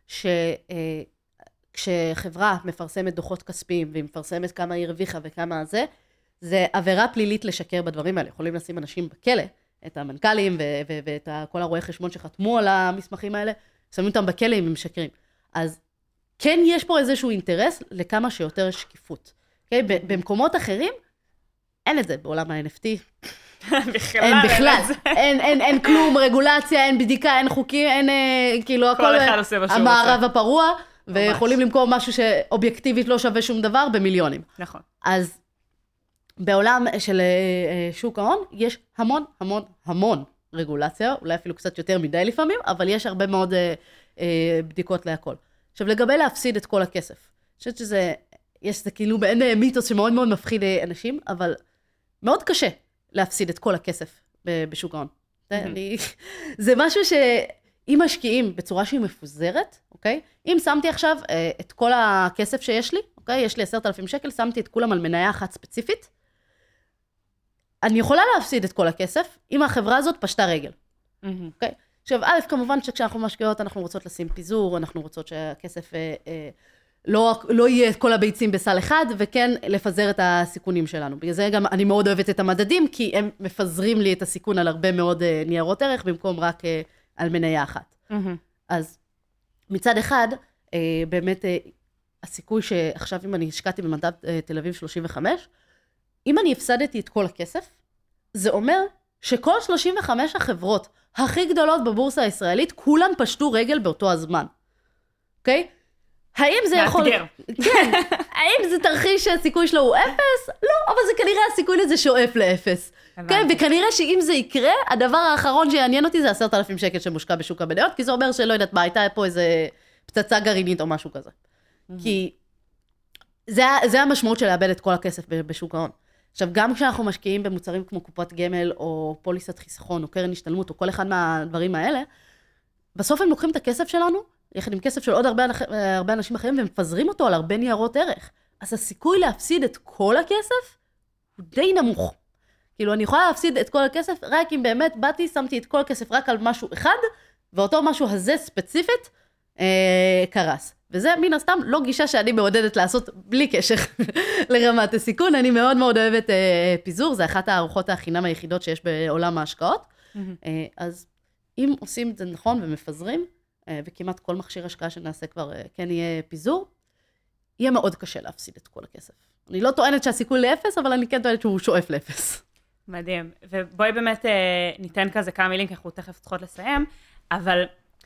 שכשחברה מפרסמת דוחות כספיים, והיא מפרסמת כמה היא הרוויחה וכמה זה, זה עבירה פלילית לשקר בדברים האלה. יכולים לשים אנשים בכלא, את המנכ"לים ואת כל הרואי חשבון שחתמו על המסמכים האלה, שמים אותם בכלא אם הם משקרים. אז כן יש פה איזשהו אינטרס לכמה שיותר שקיפות. Okay? במקומות אחרים, אין את זה בעולם ה-אן אף טי. בכלל, אין בכלל. אין, אין, אין כלום, רגולציה, אין בדיקה, אין חוקים, אין כאילו הכל, המערב הפרוע, ויכולים למכור משהו שאובייקטיבית לא שווה שום דבר במיליונים. נכון. אז בעולם של שוק ההון, יש המון, המון, המון רגולציה, אולי אפילו קצת יותר מדי לפעמים, אבל יש הרבה מאוד בדיקות להכל. עכשיו, לגבי להפסיד את כל הכסף. אני חושבת שזה, יש זה כאילו בעין מיתוס שמאוד מאוד מפחיד אנשים, אבל מאוד קשה להפסיד את כל הכסף בשוק ההון. זה משהו שאם משקיעים בצורה שהיא מפוזרת, אוקיי? אם שמתי עכשיו את כל הכסף שיש לי, אוקיי? יש לי עשרת אלפים שקל, שמתי את כולם על מניה אחת ספציפית, אני יכולה להפסיד את כל הכסף, אם החברה הזאת פשטה רגל. אוקיי? עכשיו, א', כמובן שכשאנחנו משקיעות, אנחנו רוצות לשים פיזור, אנחנו רוצות שהכסף אה, אה, לא, לא יהיה את כל הביצים בסל אחד, וכן לפזר את הסיכונים שלנו. בגלל זה גם אני מאוד אוהבת את המדדים, כי הם מפזרים לי את הסיכון על הרבה מאוד אה, ניירות ערך, במקום רק אה, על מניה אחת. Mm-hmm. אז מצד אחד, אה, באמת, אה, הסיכוי שעכשיו אם אני השקעתי במדד אה, תל אביב שלושים וחמש, אם אני הפסדתי את כל הכסף, זה אומר שכל שלושים וחמש החברות הכי גדולות בבורסה הישראלית, כולן פשטו רגל באותו הזמן. אוקיי? האם זה יכול... כן. האם זה תרחיש שהסיכוי שלו הוא אפס? לא, אבל זה כנראה הסיכוי לזה שואף לאפס. כן, וכנראה שאם זה יקרה, הדבר האחרון שיעניין אותי זה עשרת אלפים שקל שמושקע בשוק המניות, כי זה אומר שלא יודעת מה, הייתה פה איזה פצצה גרעינית או משהו כזה. כי זה, זה המשמעות של לאבד את כל הכסף בשוק ההון. עכשיו, גם כשאנחנו משקיעים במוצרים כמו קופת גמל, או פוליסת חיסכון, או קרן השתלמות, או כל אחד מהדברים האלה, בסוף הם לוקחים את הכסף שלנו, יחד עם כסף של עוד הרבה, הרבה אנשים אחרים, והם מפזרים אותו על הרבה ניירות ערך. אז הסיכוי להפסיד את כל הכסף, הוא די נמוך. כאילו, אני יכולה להפסיד את כל הכסף, רק אם באמת באתי, שמתי את כל הכסף רק על משהו אחד, ואותו משהו הזה ספציפית, אה, קרס. וזה מן הסתם לא גישה שאני מעודדת לעשות בלי קשר לרמת הסיכון. אני מאוד מאוד אוהבת אה, פיזור, זה אחת הארוחות החינם היחידות שיש בעולם ההשקעות. Mm-hmm. אה, אז אם עושים את זה נכון ומפזרים, אה, וכמעט כל מכשיר השקעה שנעשה כבר אה, כן יהיה פיזור, יהיה מאוד קשה להפסיד את כל הכסף. אני לא טוענת שהסיכוי לאפס, אבל אני כן טוענת שהוא שואף לאפס. מדהים. ובואי באמת אה, ניתן כזה כמה מילים, כי אנחנו תכף צריכות לסיים, אבל...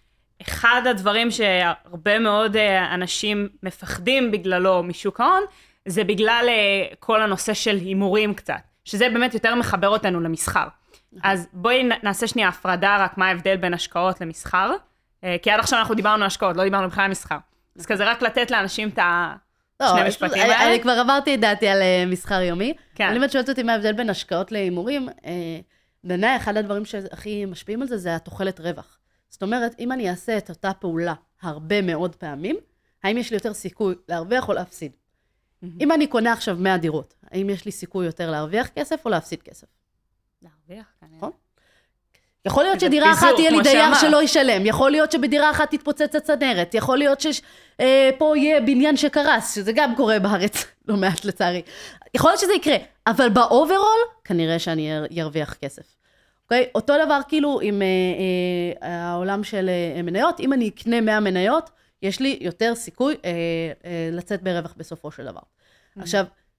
אחד הדברים שהרבה מאוד אנשים מפחדים בגללו משוק ההון, זה בגלל כל הנושא של הימורים קצת, שזה באמת יותר מחבר אותנו למסחר. אז בואי נעשה שנייה הפרדה רק מה ההבדל בין השקעות למסחר, כי עד עכשיו אנחנו דיברנו על השקעות, לא דיברנו בכלל על מסחר. אז כזה רק לתת לאנשים את השני משפטים האלה. אני כבר אמרתי את דעתי על מסחר יומי. אני באמת שואלת אותי מה ההבדל בין השקעות להימורים. בעיניי, אחד הדברים שהכי משפיעים על זה, זה התוחלת רווח. זאת אומרת, אם אני אעשה את אותה פעולה הרבה מאוד פעמים, האם יש לי יותר סיכוי להרוויח או להפסיד? Mm-hmm. אם אני קונה עכשיו מאה דירות, האם יש לי סיכוי יותר להרוויח כסף או להפסיד כסף? להרוויח, כנראה. נכון? יכול להיות שדירה אחת תהיה לי דייר שלא ישלם, יכול להיות שבדירה אחת תתפוצץ הצנרת, יכול להיות שפה יהיה בניין שקרס, שזה גם קורה בארץ, לא מעט לצערי. יכול להיות שזה יקרה, אבל באוברול, כנראה שאני ארוויח כסף. Okay? אותו דבר כאילו עם אה, אה, העולם של אה, מניות, אם אני אקנה מאה מניות, יש לי יותר סיכוי אה, אה, לצאת ברווח בסופו של דבר. Mm-hmm. עכשיו,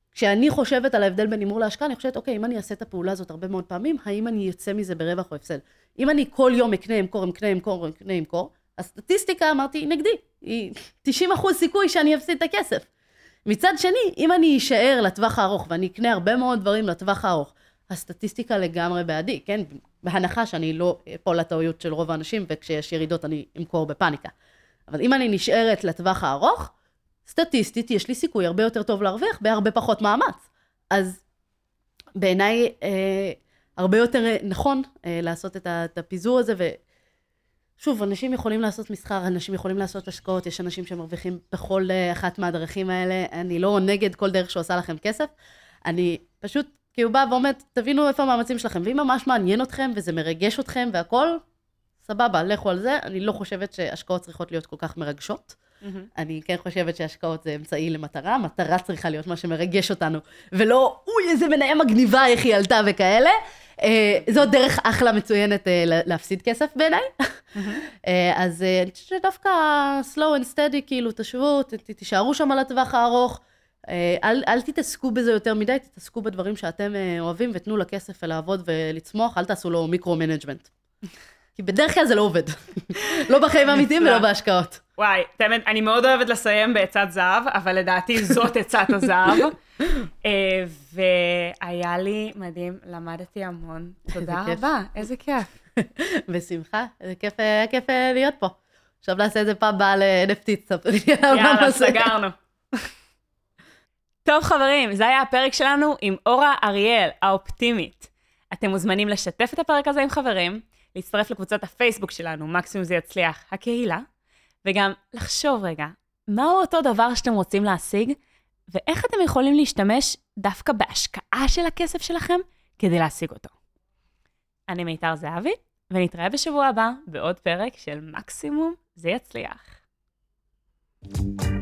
כשאני חושבת על ההבדל בין הימור להשקעה, אני חושבת, אוקיי, אם אני אעשה את הפעולה הזאת הרבה מאוד פעמים, האם אני יוצא מזה ברווח או הפסד? אם אני כל יום אקנה, אמקור, אמקנה, אמקור, אמקנה, אמקור, הסטטיסטיקה, אמרתי, היא נגדי. היא תשעים אחוז סיכוי שאני אפסיד את הכסף. מצד שני, אם אני אשאר לטווח הארוך, ואני אקנה הרבה מאוד דברים לטווח הארוך, הסטטיסטיקה לגמרי בעדי, כן? בהנחה שאני לא אפול לטעויות של רוב האנשים, וכשיש ירידות אני אמקור בפאניקה. אבל אם אני נשארת לטווח הארוך, סטטיסטית יש לי סיכוי הרבה יותר טוב להרוויח, בהרבה פחות מאמץ. אז בעיניי אה, הרבה יותר נכון אה, לעשות את, ה, את הפיזור הזה, ושוב, אנשים יכולים לעשות מסחר, אנשים יכולים לעשות השקעות, יש אנשים שמרוויחים בכל אחת מהדרכים האלה, אני לא נגד כל דרך שעושה לכם כסף, אני פשוט כאילו באה ואומרת, תבינו איפה המאמצים שלכם, ואם ממש מעניין אתכם וזה מרגש אתכם והכל, סבבה, לכו על זה, אני לא חושבת שהשקעות צריכות להיות כל כך מרגשות, Mm-hmm. אני כן חושבת שהשקעות זה אמצעי למטרה, מטרה צריכה להיות מה שמרגש אותנו, ולא, אוי, איזה מניה מגניבה, איך היא עלתה וכאלה. אה, זו דרך אחלה מצוינת אה, להפסיד כסף בעיניי. Mm-hmm. אה, אז אה, אני חושבת שדווקא slow and steady, כאילו, תשבו, ת, תישארו שם על הטווח הארוך, אה, אל, אל תתעסקו בזה יותר מדי, תתעסקו בדברים שאתם אה, אוהבים, ותנו לכסף לעבוד ולצמוח, אל תעשו לו מיקרו-מנג'מנט. כי בדרך כלל זה לא עובד. לא בחיים האמיתיים ולא בהשקעות. וואי, תאמת, אני מאוד אוהבת לסיים בעצת זהב, אבל לדעתי זאת עצת הזהב. והיה לי מדהים, למדתי המון. תודה רבה, איזה כיף. בשמחה, זה כיף, כיף להיות פה. עכשיו נעשה את זה פעם באה ל-אן אף טי. יאללה, סגרנו. טוב חברים, זה היה הפרק שלנו עם אורה אריאל, האופטימית. אתם מוזמנים לשתף את הפרק הזה עם חברים, להצטרף לקבוצת הפייסבוק שלנו, מקסימום זה יצליח, הקהילה, וגם לחשוב רגע, מהו אותו דבר שאתם רוצים להשיג, ואיך אתם יכולים להשתמש דווקא בהשקעה של הכסף שלכם, כדי להשיג אותו. אני מיתר זהבי, ונתראה בשבוע הבא בעוד פרק של מקסימום זה יצליח.